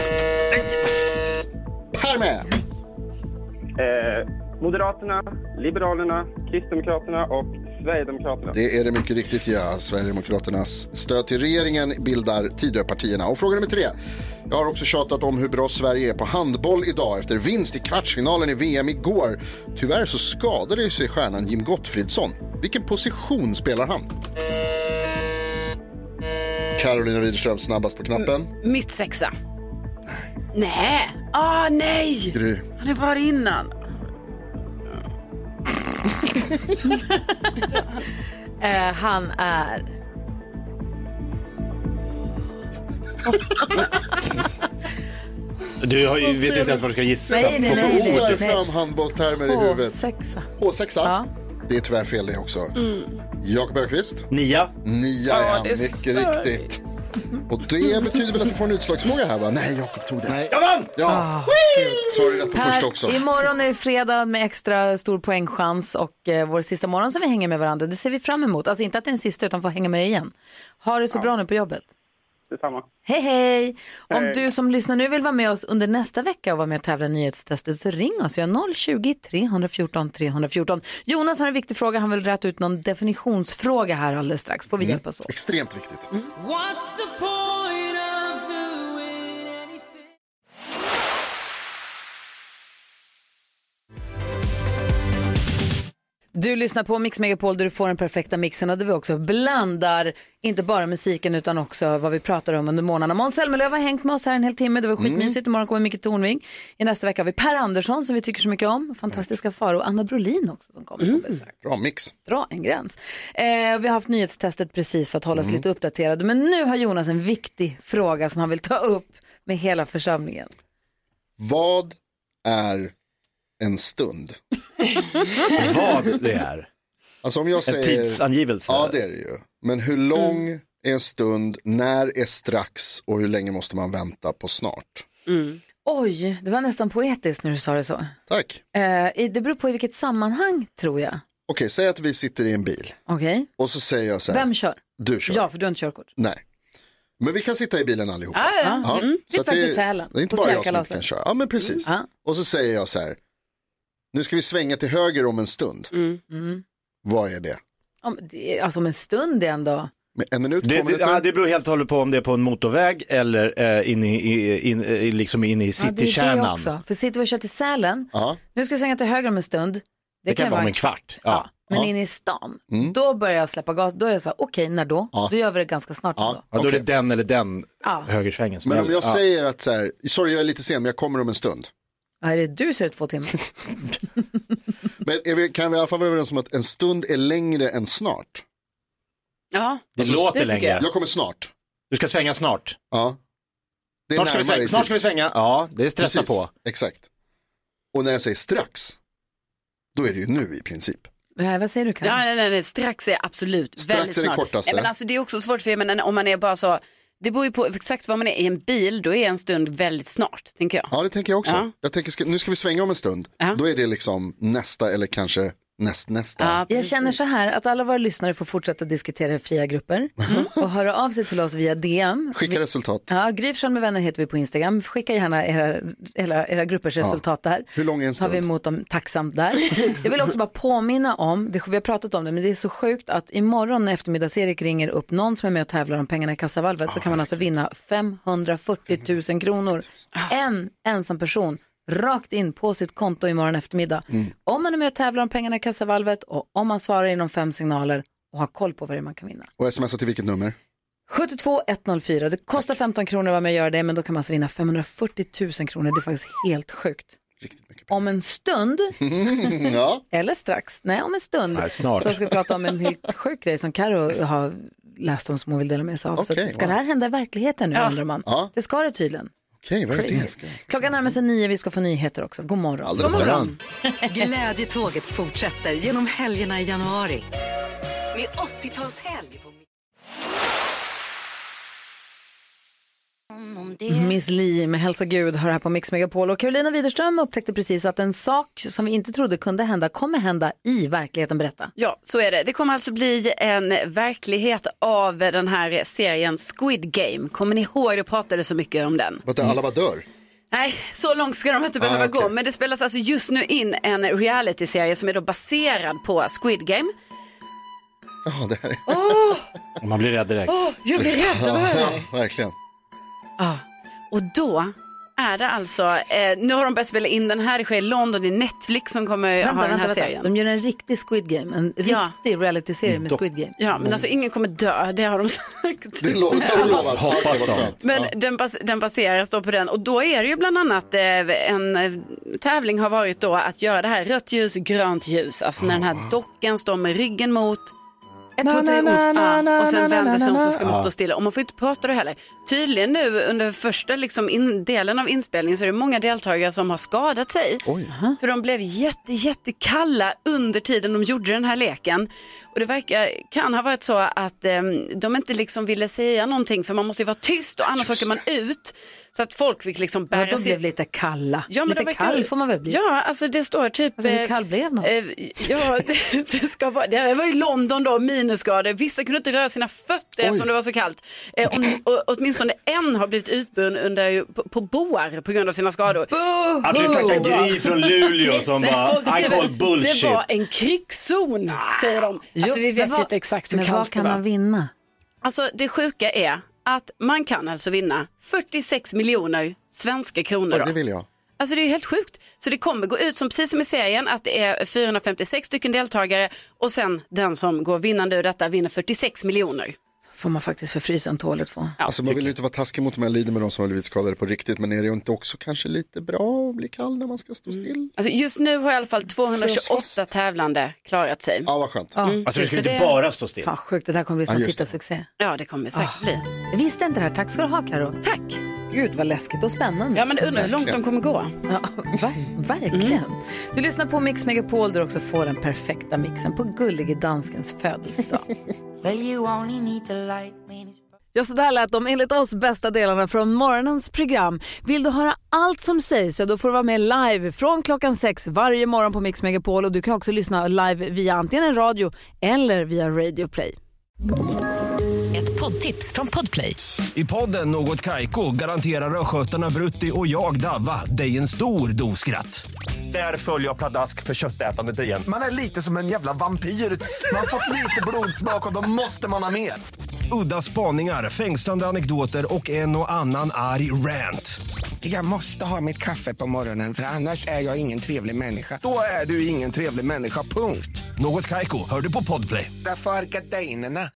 Här med! Eh, Moderaterna, Liberalerna, Kristdemokraterna och Sverigedemokraterna. Det är det mycket riktigt, ja. Sverigedemokraternas stöd till regeringen bildar Tidöpartierna. Och fråga nummer tre. Jag har också tjatat om hur bra Sverige är på handboll idag efter vinst i kvartsfinalen i V M igår. Tyvärr så skadade sig stjärnan Jim Gottfridsson. Vilken position spelar han? Carolina Widerström snabbast på knappen. Mitt sexa. Nej. Ah, nej. Gry. Han är var innan. eh, han är... Du har ju, vet inte ens vad du ska gissa. Nej, nej, nej. Får fram handbollstermer i huvudet. H sex. H sex, Ja. Det är tyvärr fel det också. Mm. Jakob Öqvist. Nia. Nia, Ja, ja, det är mycket stört. riktigt. Och det betyder väl att vi får en utslagsfråga här, va? Nej, Jakob tog det. Nej. Jag vann! Ja, Ah, svarade rätt på Per, första också. imorgon är det fredag med extra stor poängchans och eh, vår sista morgon som vi hänger med varandra. Det ser vi fram emot. Alltså inte att det är den sista utan få hänga med dig igen. Ha det så bra nu på jobbet. Detsamma. Hej hej! Om Hej. du som lyssnar nu vill vara med oss under nästa vecka och vara med och tävla i nyhetstestet så ring oss. Vi har noll tjugo, tre fjorton, tre fjorton. Jonas har en viktig fråga. Han vill rätta ut någon definitionsfråga här alldeles strax. Får vi hjälpas åt. Extremt viktigt. Mm. What's the point of doing anything? Du lyssnar på Mix Megapol där du får den perfekta mixen och där vi också blandar inte bara musiken utan också vad vi pratar om under månaderna. Måns Zelmerlöw har hängt med oss här en hel timme. Det var skitmysigt. Imorgon kommer Micke Tornving. I nästa vecka har vi Per Andersson som vi tycker så mycket om. Fantastiska far och Anna Brolin också som kommer som besök. Bra mix. Dra en gräns. Eh, vi har haft nyhetstestet precis för att hålla oss lite uppdaterade. Men nu har Jonas en viktig fråga som han vill ta upp med hela församlingen. Vad är en stund? Vad det är. Alltså om jag säger... En tidsangivelse. Ja, det är det ju. Men hur lång mm. är en stund, när är strax och hur länge måste man vänta på snart? Mm. Oj, det var nästan poetiskt när du sa det så. Tack. Eh, det beror på i vilket sammanhang tror jag. Okej, säg att vi sitter i en bil. Okej. Och så säger jag så här. Vem kör? Du kör. Ja, för du har inte körkort. Nej. Men vi kan sitta i bilen allihopa. Ah, ja, ja. Mm. Så att det, det, är, det är inte bara jag som inte kan köra. Ja, men precis. Mm. Och så säger jag så här. Nu ska vi svänga till höger om en stund. Mm. Mm. Vad är det? Om det alltså om en stund är ändå... Med en minut, det, två minuter? Ja, det beror helt och hållet på om det är på en motorväg eller eh, in i, in, in, liksom in i citykärnan. Ja, det är det också. För sitter vi och kör till Sälen, ja. Nu ska jag svänga till höger om en stund. Det, det kan, kan vara om en kvart. Ja. Ja. Men ja. inne i stan, mm. då börjar jag släppa gas. Då är det så här, okej, okay, när då? Ja. Då gör vi det ganska snart. Ja. Då. Ja, då okay. är det den eller den ja. högersvängen. Men om jag ja. säger att så här, sorry jag är lite sen men jag kommer om en stund. Ja, är det du så är det två timmar. Men är vi, kan vi i alla fall vara överens om att en stund är längre än snart? Ja, det alltså, låter det längre. Jag. jag kommer snart. Du ska svänga snart. Ja. Det är snart, ska vi svänga, snart ska vi svänga. Ja, det är stressa Precis. på. Exakt. Och när jag säger strax, då är det ju nu i princip. Ja, vad säger du, Karin? Ja, nej, nej, nej, strax är absolut Strax väldigt är det snart. kortaste. Nej, men alltså, det är också svårt för er, men om man är bara så, det beror ju på exakt vad man är i en bil, då är en stund väldigt snart, tänker jag. Ja, det tänker jag också. Ja. Jag tänker, ska, nu ska vi svänga om en stund. Ja. Då är det liksom nästa eller kanske näst, nästa. Ja, Jag känner så här att alla våra lyssnare får fortsätta diskutera i fria grupper mm. och höra av sig till oss via D M. Skicka resultat. Ja, Gry Forssell med vänner heter vi på Instagram. Skicka gärna era, era, era gruppers Ja. resultat där. Hur lång är en Så har stund? vi emot dem tacksamt där. Jag vill också bara påminna om, det, vi har pratat om det, men det är så sjukt att imorgon när eftermiddags-Erik ringer upp någon som är med och tävlar om pengarna i kassavalvet så kan man alltså vinna femhundrafyrtio tusen kronor. En ensam person. Rakt in på sitt konto imorgon eftermiddag. Mm. Om man är med och tävlar om pengarna i kassavalvet och om man svarar inom fem signaler och har koll på vad det är man kan vinna. Och smsa till vilket nummer? sju två ett noll fyra. Det kostar femton kronor att vara med och göra det, men då kan man alltså vinna femhundrafyrtio tusen kronor. Det är faktiskt helt sjukt. Om en stund, ja. eller strax, nej om en stund, nej, snart. så ska vi prata om en helt sjuk grej som Karo har läst om som hon vill dela med sig av. Okay, så ska wow. det här hända i verkligheten nu, Ja. undrar man? Ja. Det ska det tydligen. Okej, vad är det? Klockan närmar sig nio, vi ska få nyheter också. God morgon. Alldeles God morgon. Glädjetåget fortsätter genom helgerna i januari. Med åttiotalshelg på Miss Li med Hälsa Gud hör här på Mix Megapol. Och Carolina Widerström upptäckte precis att en sak som vi inte trodde kunde hända kommer hända i verkligheten. Berätta. Ja, så är det. Det kommer alltså bli en verklighet av den här serien Squid Game. Kommer ni ihåg, det pratade så mycket om den? Att alla bara dör? Nej, så långt ska de inte behöva Ah, okay. gå. Men det spelas alltså just nu in en reality-serie som är då baserad på Squid Game. Ja, det här är... Åh, Och man blir rädd direkt. åh, jag blir rädd, vad är det? Ja, verkligen. Ja, och då är det alltså, eh, nu har de börjat spela in den här, det sker i London, det är Netflix som kommer Vänta, ha den här vänta, serien. vänta. De gör en riktig Squid Game, en Ja. riktig reality-serie med Squid Game. Ja, men alltså ingen kommer dö, det har de sagt. Det lo- det har de lovat. Hoppas de. Men den, bas- den baseras då på den, och då är det ju bland annat eh, en eh, tävling har varit då att göra det här rött ljus, grönt ljus, alltså när den här dockan står med ryggen mot ett, två, tre, ost, ja, och sen vänder sig om så ska man stå stilla. Och man får inte prata då heller. Tydligen nu under första liksom in, delen av inspelningen så är det många deltagare som har skadat sig. Oj. För de blev jätte, jättekalla under tiden de gjorde den här leken. Och det verkar, kan ha varit så att eh, de inte liksom ville säga någonting, för man måste ju vara tyst och annars åker man ut. Så att folk fick liksom bära Ja, de sig. blev lite kalla. Ja, men lite de verkar- kall får man väl bli. Ja, alltså det står typ... Alltså, hur eh, kall blev de? eh, ja, det, det, ska vara, det var i London då, minusgrader. Vissa kunde inte röra sina fötter eftersom det var så kallt. Eh, och, och, åtminstone en har blivit utburen under, på, på boar på grund av sina skador. Alltså vi snackar Gry från Luleå som bara, Folk I skriver, call bullshit. det var en krigszon, säger de. Alltså vi vet ju inte exakt hur Men kallt vad det kan var. man vinna? Alltså det sjuka är att man kan alltså vinna fyrtiosex miljoner svenska kronor Ja, då. det vill jag. Alltså det är helt sjukt. Så det kommer gå ut som precis som i serien att det är fyrahundrafemtiosex stycken deltagare och sen den som går vinnande ur detta vinner fyrtiosex miljoner. Får man faktiskt förfrysa en tåligt få. Ja, Alltså man vill ju inte vara taskig mot de här lider med de som har blivit skadade på riktigt, men är det ju inte också kanske lite bra att bli kall när man ska stå still? Alltså just nu har i alla fall tvåhundratjugoåtta tävlande klarat sig. Ja, vad skönt. Ja. Mm. Alltså du ska Så inte det- bara stå still. Fan sjukt, det här kommer bli Ja, som just det. tittarsuccé. Ja, det kommer det säkert bli. Jag visste inte det här. Tack ska du ha, Karo. Tack. Gud vad läskigt och spännande. Ja, men undrar hur långt de kommer gå. Ja, ver- verkligen. Du lyssnar på Mix Megapol där du också får den perfekta mixen på gullige danskens födelsedag. Ja, så där lät de enligt oss bästa delarna från morgonens program. Vill du höra allt som sägs så då får du vara med live från klockan sex varje morgon på Mix Megapol. Och du kan också lyssna live via antingen en radio eller via Radio Play. Ett poddtips från Podplay. I podden Något Kaiko garanterar östgötarna Brutti och jag Davva dig en stor dos skratt. Där följer jag pladask för köttätandet igen. Man är lite som en jävla vampyr. Man har fått lite blodsmak och då måste man ha mer. Udda spaningar, fängslande anekdoter och en och annan arg rant. Jag måste ha mitt kaffe på morgonen för annars är jag ingen trevlig människa. Då är du ingen trevlig människa, punkt. Något Kaiko, hör du på Podplay. Därför är gardinerna.